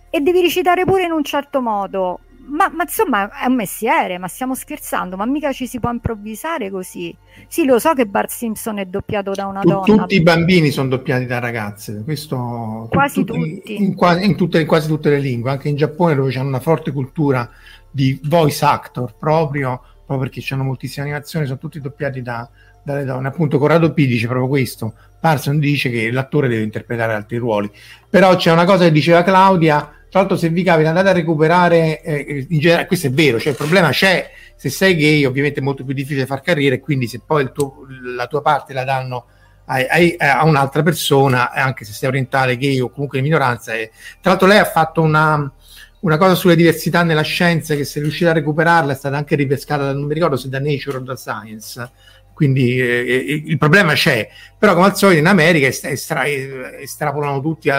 pure in un certo modo. Ma insomma è un mestiere, ma stiamo scherzando, ma mica ci si può improvvisare così. Sì, lo so che Bart Simpson è doppiato da una donna. Tutti i bambini sono doppiati da ragazze, questo quasi tutti. In quasi tutte le lingue, anche in Giappone dove c'è una forte cultura di voice actor proprio perché c'hanno moltissime animazioni, sono tutti doppiati dalle donne. Appunto Corrado P dice proprio questo, Parson dice che l'attore deve interpretare altri ruoli. Però c'è una cosa che diceva Claudia. Tra l'altro, se vi capita, andate a recuperare, in generale, questo è vero, cioè il problema c'è, se sei gay ovviamente è molto più difficile far carriera, e quindi se poi la tua parte la danno a un'altra persona, anche se sei orientale, gay o comunque in minoranza. Tra l'altro lei ha fatto una cosa sulle diversità nella scienza, che se riuscite a recuperarla è stata anche ripescata, non mi ricordo se da Nature o da Science, quindi il problema c'è, però come al solito in America estrapolano tutti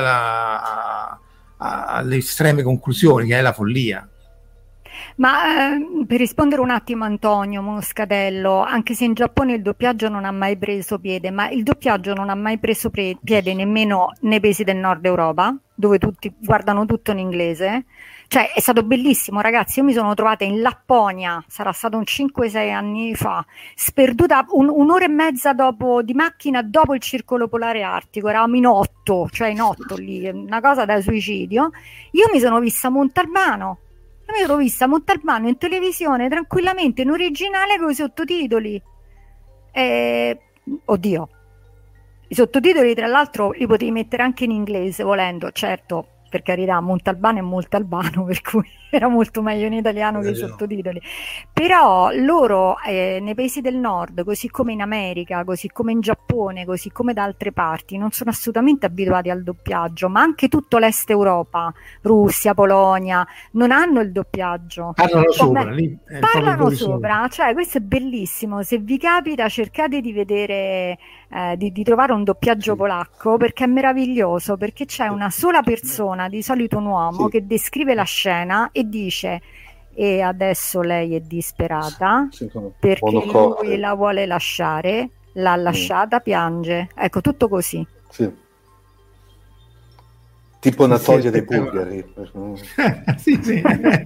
alle estreme conclusioni, che è la follia. Ma per rispondere un attimo a Antonio Moscatello, anche se in Giappone il doppiaggio non ha mai preso piede, ma il doppiaggio non ha mai preso piede nemmeno nei paesi del nord Europa, dove tutti guardano tutto in inglese. Cioè è stato bellissimo, ragazzi, io mi sono trovata in Lapponia, sarà stato un 5-6 anni fa, sperduta un'ora e mezza di macchina dopo il circolo polare artico, eravamo in 8 lì, una cosa da suicidio. Io mi sono vista Montalbano in televisione tranquillamente in originale con i sottotitoli. Oddio, i sottotitoli tra l'altro li potevi mettere anche in inglese volendo, certo, per carità, Montalbano è Montalbano, per cui era molto meglio in italiano che i sottotitoli. Però loro nei paesi del nord, così come in America, così come in Giappone, così come da altre parti, non sono assolutamente abituati al doppiaggio, ma anche tutto l'est Europa, Russia, Polonia, non hanno il doppiaggio. Parlano sopra, cioè questo è bellissimo. Se vi capita, cercate di vedere, di trovare un doppiaggio polacco, perché è meraviglioso, perché c'è una sola persona, di solito un uomo, che descrive la scena e dice: e adesso lei è disperata perché lui la vuole lasciare, l'ha lasciata, piange, ecco, tutto così. Sì. Tipo Anatolia dei Bulgari. sì.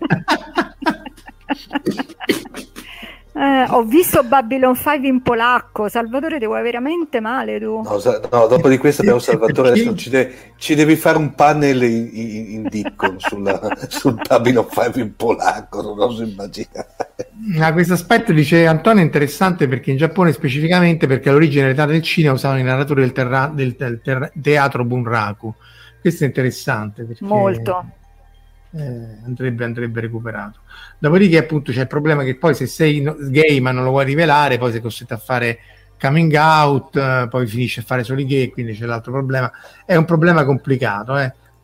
Ho visto Babylon 5 in polacco. Salvatore, ti vuoi veramente male tu? No, dopo di questo abbiamo Salvatore, adesso ci devi fare un panel in Diccon sul Babylon 5 in polacco, non oso immaginare. Questo aspetto, dice Antonio, è interessante perché in Giappone specificamente, perché all'originalità del cinema usavano i narratori del teatro Bunraku. Questo è interessante perché... molto. andrebbe recuperato. Dopodiché appunto c'è il problema che poi se sei gay ma non lo vuoi rivelare, poi sei costretto a fare coming out, poi finisce a fare solo i gay, quindi c'è l'altro problema. È un problema complicato,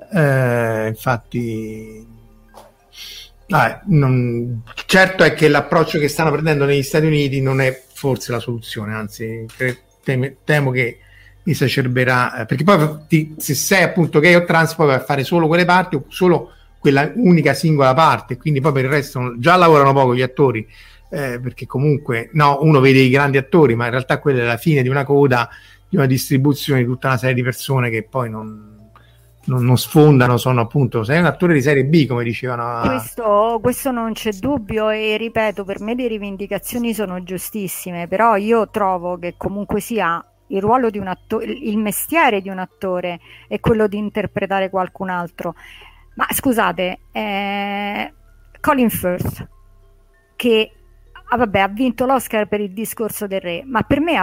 infatti certo è che l'approccio che stanno prendendo negli Stati Uniti non è forse la soluzione, anzi temo che esacerberà, perché poi se sei appunto gay o trans poi vai a fare solo quelle parti o solo quella unica singola parte, quindi poi per il resto già lavorano poco gli attori, perché comunque uno vede i grandi attori, ma in realtà quella è la fine di una coda, di una distribuzione di tutta una serie di persone che poi non sfondano, sono appunto, sei un attore di serie B, come dicevano. Questo non c'è dubbio, e ripeto, per me le rivendicazioni sono giustissime, però io trovo che comunque sia il ruolo di un attore, il mestiere di un attore è quello di interpretare qualcun altro. Ma scusate, Colin Firth, che ha vinto l'Oscar per Il discorso del re, ma per me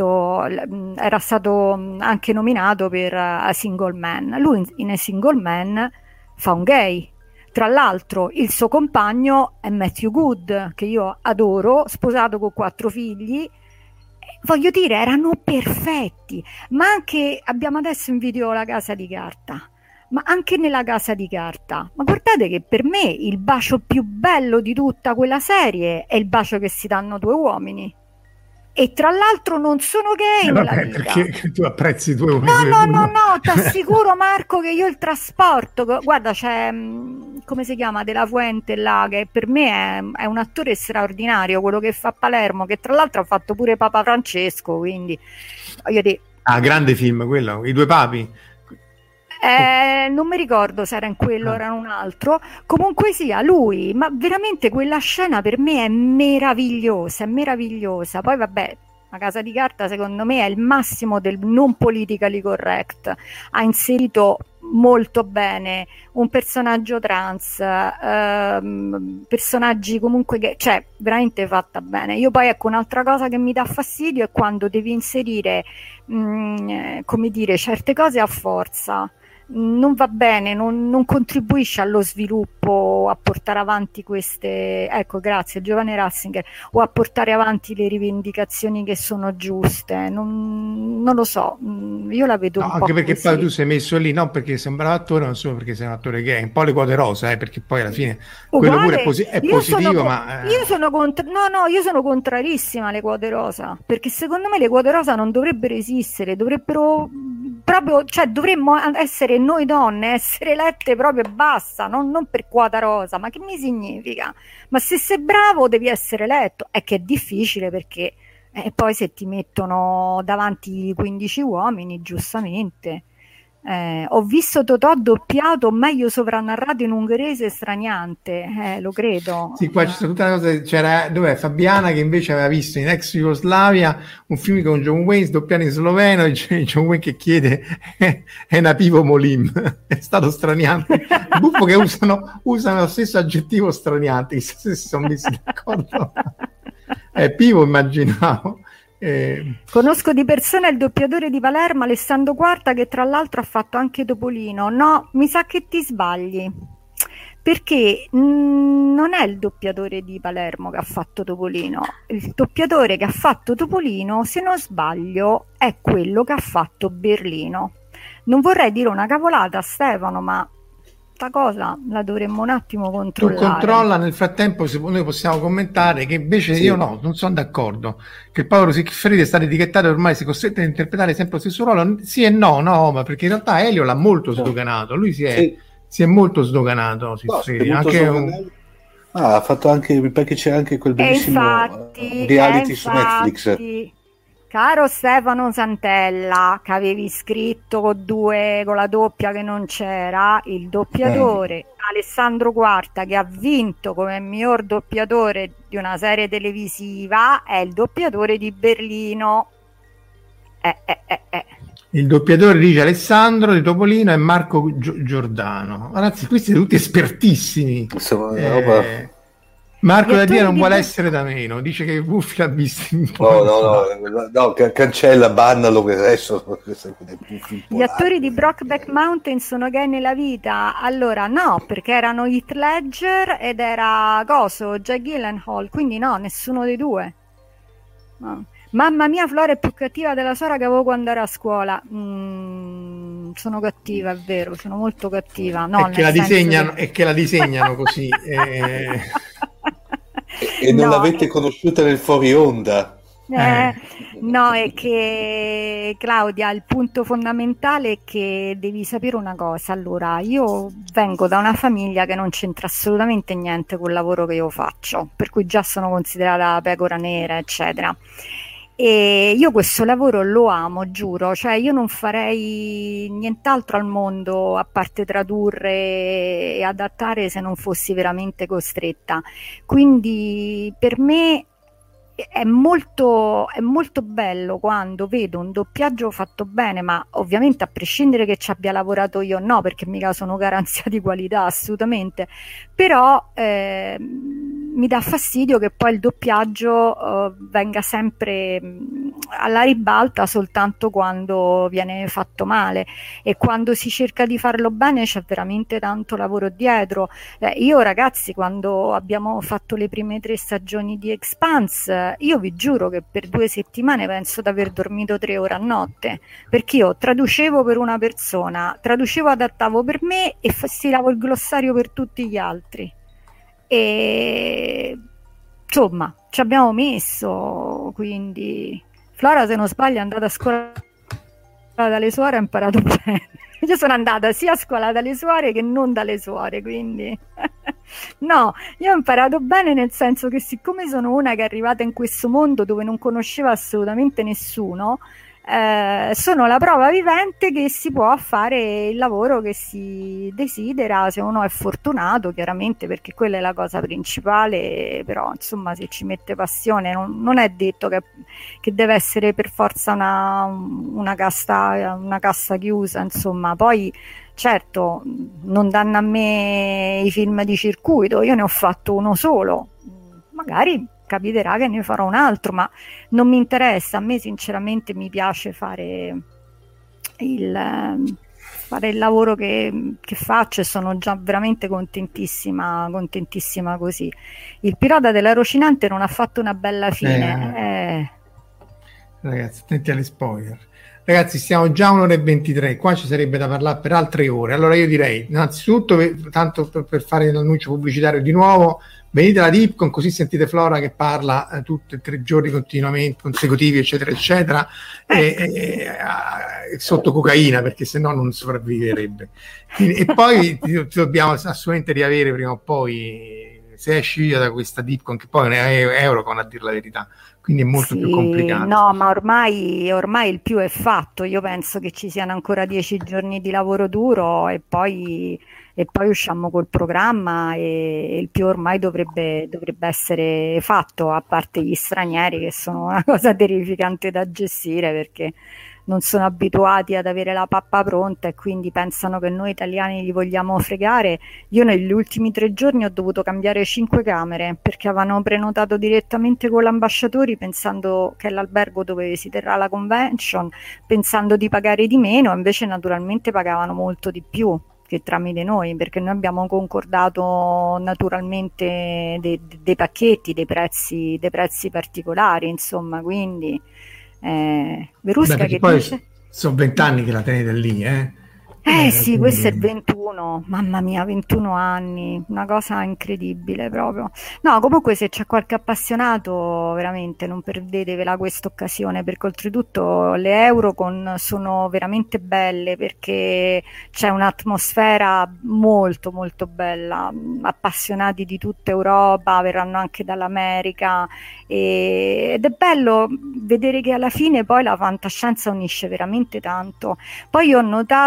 era stato anche nominato per A Single Man. Lui in A Single Man fa un gay. Tra l'altro il suo compagno è Matthew Good, che io adoro, sposato con 4 figli. Voglio dire, erano perfetti. Ma anche, abbiamo adesso in video La casa di carta, ma anche nella casa di carta, ma guardate che per me il bacio più bello di tutta quella serie è il bacio che si danno 2 uomini, e tra l'altro non sono gay nella vita. Perché tu apprezzi 2 uomini? No, ti assicuro Marco che io il trasporto, guarda, c'è come si chiama, De La Fuente là, che per me è un attore straordinario, quello che fa Palermo, che tra l'altro ha fatto pure Papa Francesco, quindi voglio dire, grande film quello, I 2 papi. Non mi ricordo se era in quello o era in un altro, comunque sia lui, ma veramente quella scena per me è meravigliosa. Poi vabbè, La casa di carta secondo me è il massimo del non politically correct, ha inserito molto bene un personaggio trans, personaggi comunque che, cioè, veramente fatta bene. Io poi, ecco, un'altra cosa che mi dà fastidio è quando devi inserire come dire, certe cose a forza. Non va bene, non contribuisce allo sviluppo, a portare avanti queste, ecco, grazie Giovanni Ratzinger, o a portare avanti le rivendicazioni che sono giuste. Non lo so, io la vedo un po' anche perché così. poi tu sei messo lì non perché sei un bravo attore, non solo perché sei un attore gay, un po' le quote rosa, perché poi alla fine quello pure è positivo, ma io sono io sono contrarissima alle quote rosa, perché secondo me le quote rosa non dovrebbero esistere, dovrebbero proprio, cioè dovremmo essere noi donne, essere elette proprio e basta, non per quota rosa. Ma che mi significa? Ma se sei bravo devi essere eletto. È che è difficile, perché poi se ti mettono davanti 15 uomini, giustamente. Ho visto Totò doppiato, meglio sovranarrato in ungherese straniante, lo credo. Sì, qua c'è stata tutta una cosa, c'era Fabiana che invece aveva visto in ex Jugoslavia un film con John Wayne doppiato in sloveno, e John Wayne che chiede è napivo Molim, è stato straniante. Buffo che usano lo stesso aggettivo straniante, chissà se si sono messi d'accordo. Pivo immaginavo. Conosco di persona il doppiatore di Palermo, Alessandro Quarta, che tra l'altro ha fatto anche Topolino. No, mi sa che ti sbagli, perché non è il doppiatore di Palermo che ha fatto Topolino. Il doppiatore che ha fatto Topolino, se non sbaglio, è quello che ha fatto Berlino. Non vorrei dire una cavolata, Stefano, ma cosa la dovremmo un attimo controllare. Tu controlla, nel frattempo noi possiamo commentare che invece io non sono d'accordo, che Paolo Sigfridi è stato etichettato e ormai si è costretto a interpretare sempre lo stesso ruolo. Sì e no, ma perché in realtà Elio l'ha molto sdoganato, lui si è molto sdoganato, Sigfridi, ha fatto anche, perché c'è anche quel bellissimo reality su Netflix. Caro Stefano Santella, che avevi scritto con la doppia che non c'era, il doppiatore Alessandro Quarta, che ha vinto come miglior doppiatore di una serie televisiva, è il doppiatore di Berlino. Il doppiatore dice Alessandro di Topolino è Marco Giordano. Ragazzi, questi sono tutti espertissimi. Marco Gli da Dia attori non di vuole Black- essere da meno, dice che Buffi l'ha visto in cancella, bannalo, che adesso Gli attori di Brokeback Mountain sono gay nella vita? Allora no, perché erano Heath Ledger ed era coso, Jake Gyllenhaal, quindi no, nessuno dei due. No. Mamma mia, Flora è più cattiva della suora che avevo quando ero a scuola. Sono cattiva, è vero, sono molto cattiva. No, è che la disegnano, è che la disegnano così. E non No, l'avete conosciuta nel fuori onda. no, è che Claudia, il punto fondamentale è che devi sapere una cosa. Allora, io vengo da una famiglia che non c'entra assolutamente niente col lavoro che io faccio, per cui già sono considerata pecora nera, eccetera. E io questo lavoro lo amo, giuro, cioè io non farei nient'altro al mondo a parte tradurre e adattare se non fossi veramente costretta. Quindi per me è molto bello quando vedo un doppiaggio fatto bene, ma ovviamente a prescindere che ci abbia lavorato io, no, perché mica sono garanzia di qualità, assolutamente. Però mi dà fastidio che poi il doppiaggio venga sempre alla ribalta soltanto quando viene fatto male, e quando si cerca di farlo bene c'è veramente tanto lavoro dietro. Io ragazzi, quando abbiamo fatto le prime 3 stagioni di Expanse, io vi giuro che per 2 settimane penso di aver dormito 3 ore a notte, perché io traducevo per una persona, traducevo, adattavo per me e stilavo il glossario per tutti gli altri. E insomma ci abbiamo messo, quindi Flora, se non sbaglio, è andata a scuola dalle suore, ha imparato bene. Io sono andata sia a scuola dalle suore che non dalle suore, quindi no, io ho imparato bene, nel senso che siccome sono una che è arrivata in questo mondo dove non conosceva assolutamente nessuno, sono la prova vivente che si può fare il lavoro che si desidera, se uno è fortunato, chiaramente, perché quella è la cosa principale. Però insomma, se ci mette passione, non è detto che deve essere per forza una cassa chiusa, insomma. Poi certo, non danno a me i film di circuito, io ne ho fatto uno solo, magari capiterà che ne farò un altro, ma non mi interessa. A me sinceramente mi piace fare il lavoro che faccio, e sono già veramente contentissima così. Il pilota della Rocinante non ha fatto una bella fine. Ragazzi, attenti alle spoiler. Ragazzi, stiamo già a 1:23, qua ci sarebbe da parlare per altre ore. Allora io direi, innanzitutto, tanto per fare l'annuncio pubblicitario di nuovo, venite alla Dipcon, così sentite Flora che parla tutti e 3 giorni continuamente, consecutivi, eccetera, eccetera, sotto cocaina, perché sennò non sopravviverebbe. E poi ti dobbiamo assolutamente riavere prima o poi, se esci via da questa Dipcon, che poi è Eurocon, a dir la verità, quindi è molto più complicato. No, ma ormai il più è fatto. Io penso che ci siano ancora 10 giorni di lavoro duro e poi usciamo col programma, e il più ormai dovrebbe essere fatto, a parte gli stranieri che sono una cosa terrificante da gestire, perché non sono abituati ad avere la pappa pronta e quindi pensano che noi italiani li vogliamo fregare. Io negli ultimi 3 giorni ho dovuto cambiare 5 camere perché avevano prenotato direttamente con l'ambasciatore, pensando che è l'albergo dove si terrà la convention, pensando di pagare di meno, invece naturalmente pagavano molto di più che tramite noi, perché noi abbiamo concordato naturalmente dei pacchetti, dei prezzi particolari, insomma. Quindi Verusca che poi dice? sono 20 anni che la tenete lì, Sì, questo è il 21, mamma mia, 21 anni, una cosa incredibile proprio. No, comunque se c'è qualche appassionato, veramente non perdetevela questa occasione, perché oltretutto le Eurocon sono veramente belle, perché c'è un'atmosfera molto molto bella, appassionati di tutta Europa, verranno anche dall'America, ed è bello vedere che alla fine poi la fantascienza unisce veramente tanto. Poi ho notato che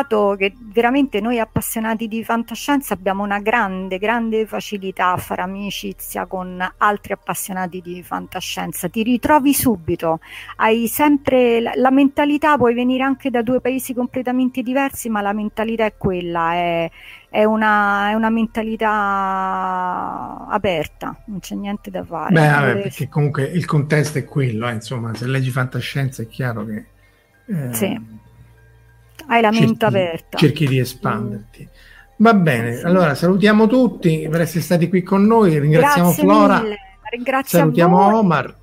che veramente noi appassionati di fantascienza abbiamo una grande, grande facilità a fare amicizia con altri appassionati di fantascienza. Ti ritrovi subito, hai sempre la mentalità, puoi venire anche da due paesi completamente diversi, ma la mentalità è quella, è una mentalità aperta, non c'è niente da fare. Beh, perché comunque il contesto è quello, insomma, se leggi fantascienza è chiaro che sì, hai la mente aperta. Cerchi di espanderti. Va bene, allora salutiamo tutti per essere stati qui con noi, ringraziamo Flora, salutiamo Omar.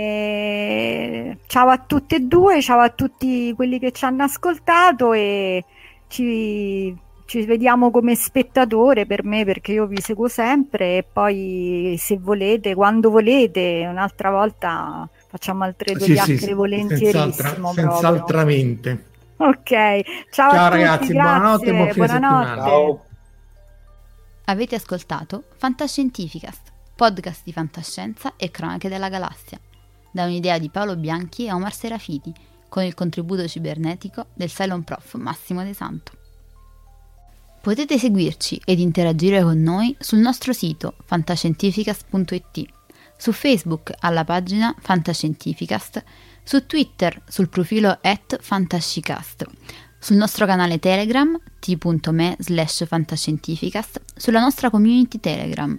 Ciao a tutti e due, ciao a tutti quelli che ci hanno ascoltato e ci vediamo come spettatore per me, perché io vi seguo sempre, e poi se volete, quando volete, un'altra volta facciamo altre due chiacchiere volentierissimo. Senz'altramente. Ok, ciao a ragazzi, tutti, buonanotte e buon fine settimana. Ciao. Avete ascoltato Fantascientificast, podcast di fantascienza e cronache della galassia, da un'idea di Paolo Bianchi e Omar Serafiti, con il contributo cibernetico del Cylon Prof Massimo De Santo. Potete seguirci ed interagire con noi sul nostro sito fantascientificast.it, su Facebook alla pagina Fantascientificast, su Twitter sul profilo @fantascicast, sul nostro canale Telegram t.me/fantascientificast, sulla nostra community Telegram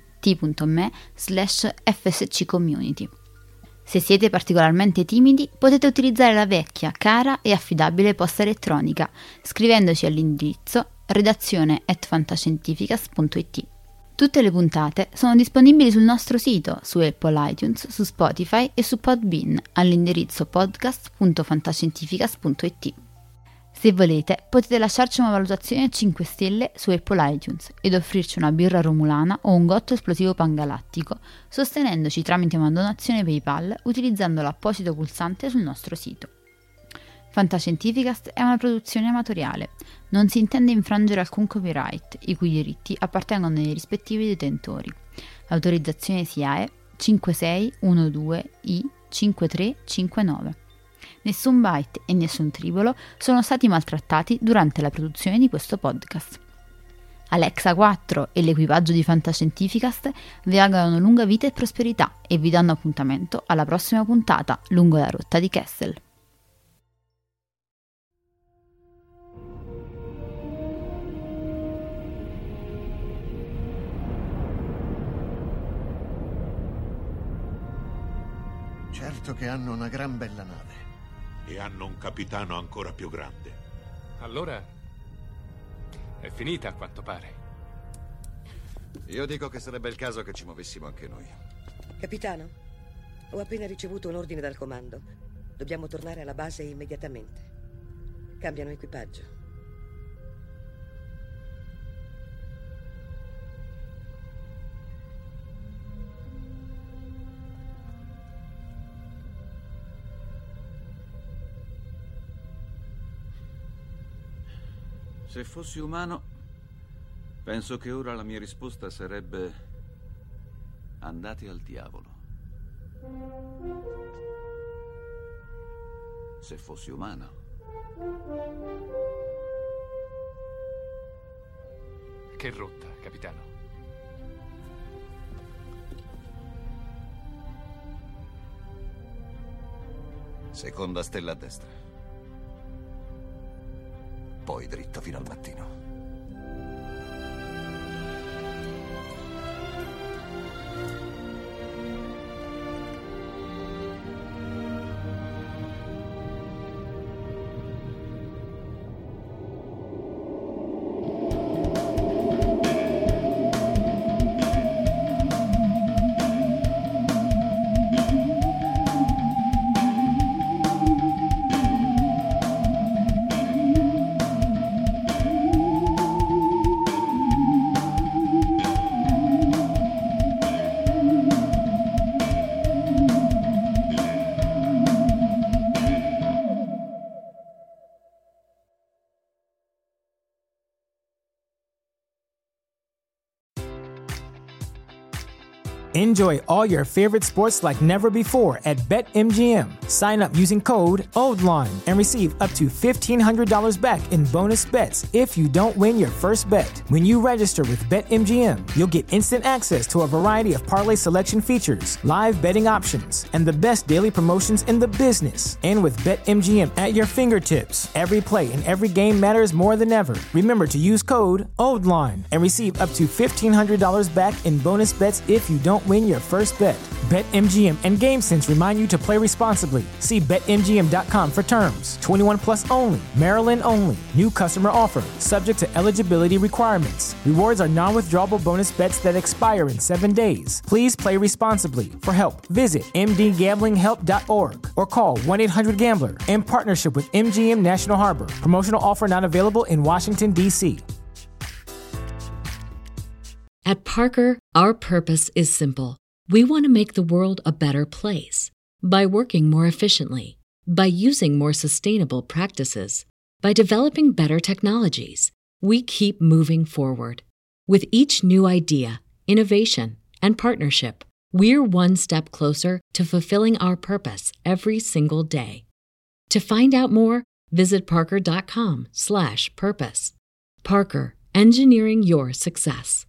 t.me/fsccommunity. Se siete particolarmente timidi, potete utilizzare la vecchia, cara e affidabile posta elettronica, scrivendoci all'indirizzo redazione@fantascientificast.it. Tutte le puntate sono disponibili sul nostro sito, su Apple iTunes, su Spotify e su Podbean, all'indirizzo podcast.fantascientificast.it. Se volete, potete lasciarci una valutazione a 5 stelle su Apple iTunes ed offrirci una birra romulana o un gotto esplosivo pangalattico, sostenendoci tramite una donazione PayPal utilizzando l'apposito pulsante sul nostro sito. Fantascientificast è una produzione amatoriale, non si intende infrangere alcun copyright, i cui diritti appartengono ai rispettivi detentori. L'autorizzazione SIAE 5612I5359. Nessun byte e nessun tribolo sono stati maltrattati durante la produzione di questo podcast. Alexa 4 e l'equipaggio di Fantascientificast vi augurano lunga vita e prosperità e vi danno appuntamento alla prossima puntata lungo la rotta di Kessel. Certo che hanno una gran bella nave. E hanno un capitano ancora più grande. Allora è finita, a quanto pare. Io dico che sarebbe il caso che ci muovessimo anche noi. Capitano, ho appena ricevuto un ordine dal comando. Dobbiamo tornare alla base immediatamente. Cambiano equipaggio. Se fossi umano, penso che ora la mia risposta sarebbe: andate al diavolo. Se fossi umano. Che rotta, capitano? Seconda stella a destra. Poi dritto fino al mattino. Enjoy all your favorite sports like never before at BetMGM. Sign up using code OldLine and receive up to $1,500 back in bonus bets if you don't win your first bet. When you register with BetMGM, you'll get instant access to a variety of parlay selection features, live betting options, and the best daily promotions in the business. And with BetMGM at your fingertips, every play and every game matters more than ever. Remember to use code OldLine and receive up to $1,500 back in bonus bets if you don't win your first bet. BetMGM and GameSense remind you to play responsibly. See BetMGM.com for terms. 21 plus only. Maryland only. New customer offer. Subject to eligibility requirements. Rewards are non-withdrawable bonus bets that expire in 7 days. Please play responsibly. For help, visit mdgamblinghelp.org or call 1-800-GAMBLER in partnership with MGM National Harbor. Promotional offer not available in Washington, D.C. At Parker, our purpose is simple. We want to make the world a better place by working more efficiently, by using more sustainable practices, by developing better technologies. We keep moving forward. With each new idea, innovation, and partnership, we're one step closer to fulfilling our purpose every single day. To find out more, visit parker.com/purpose. Parker, engineering your success.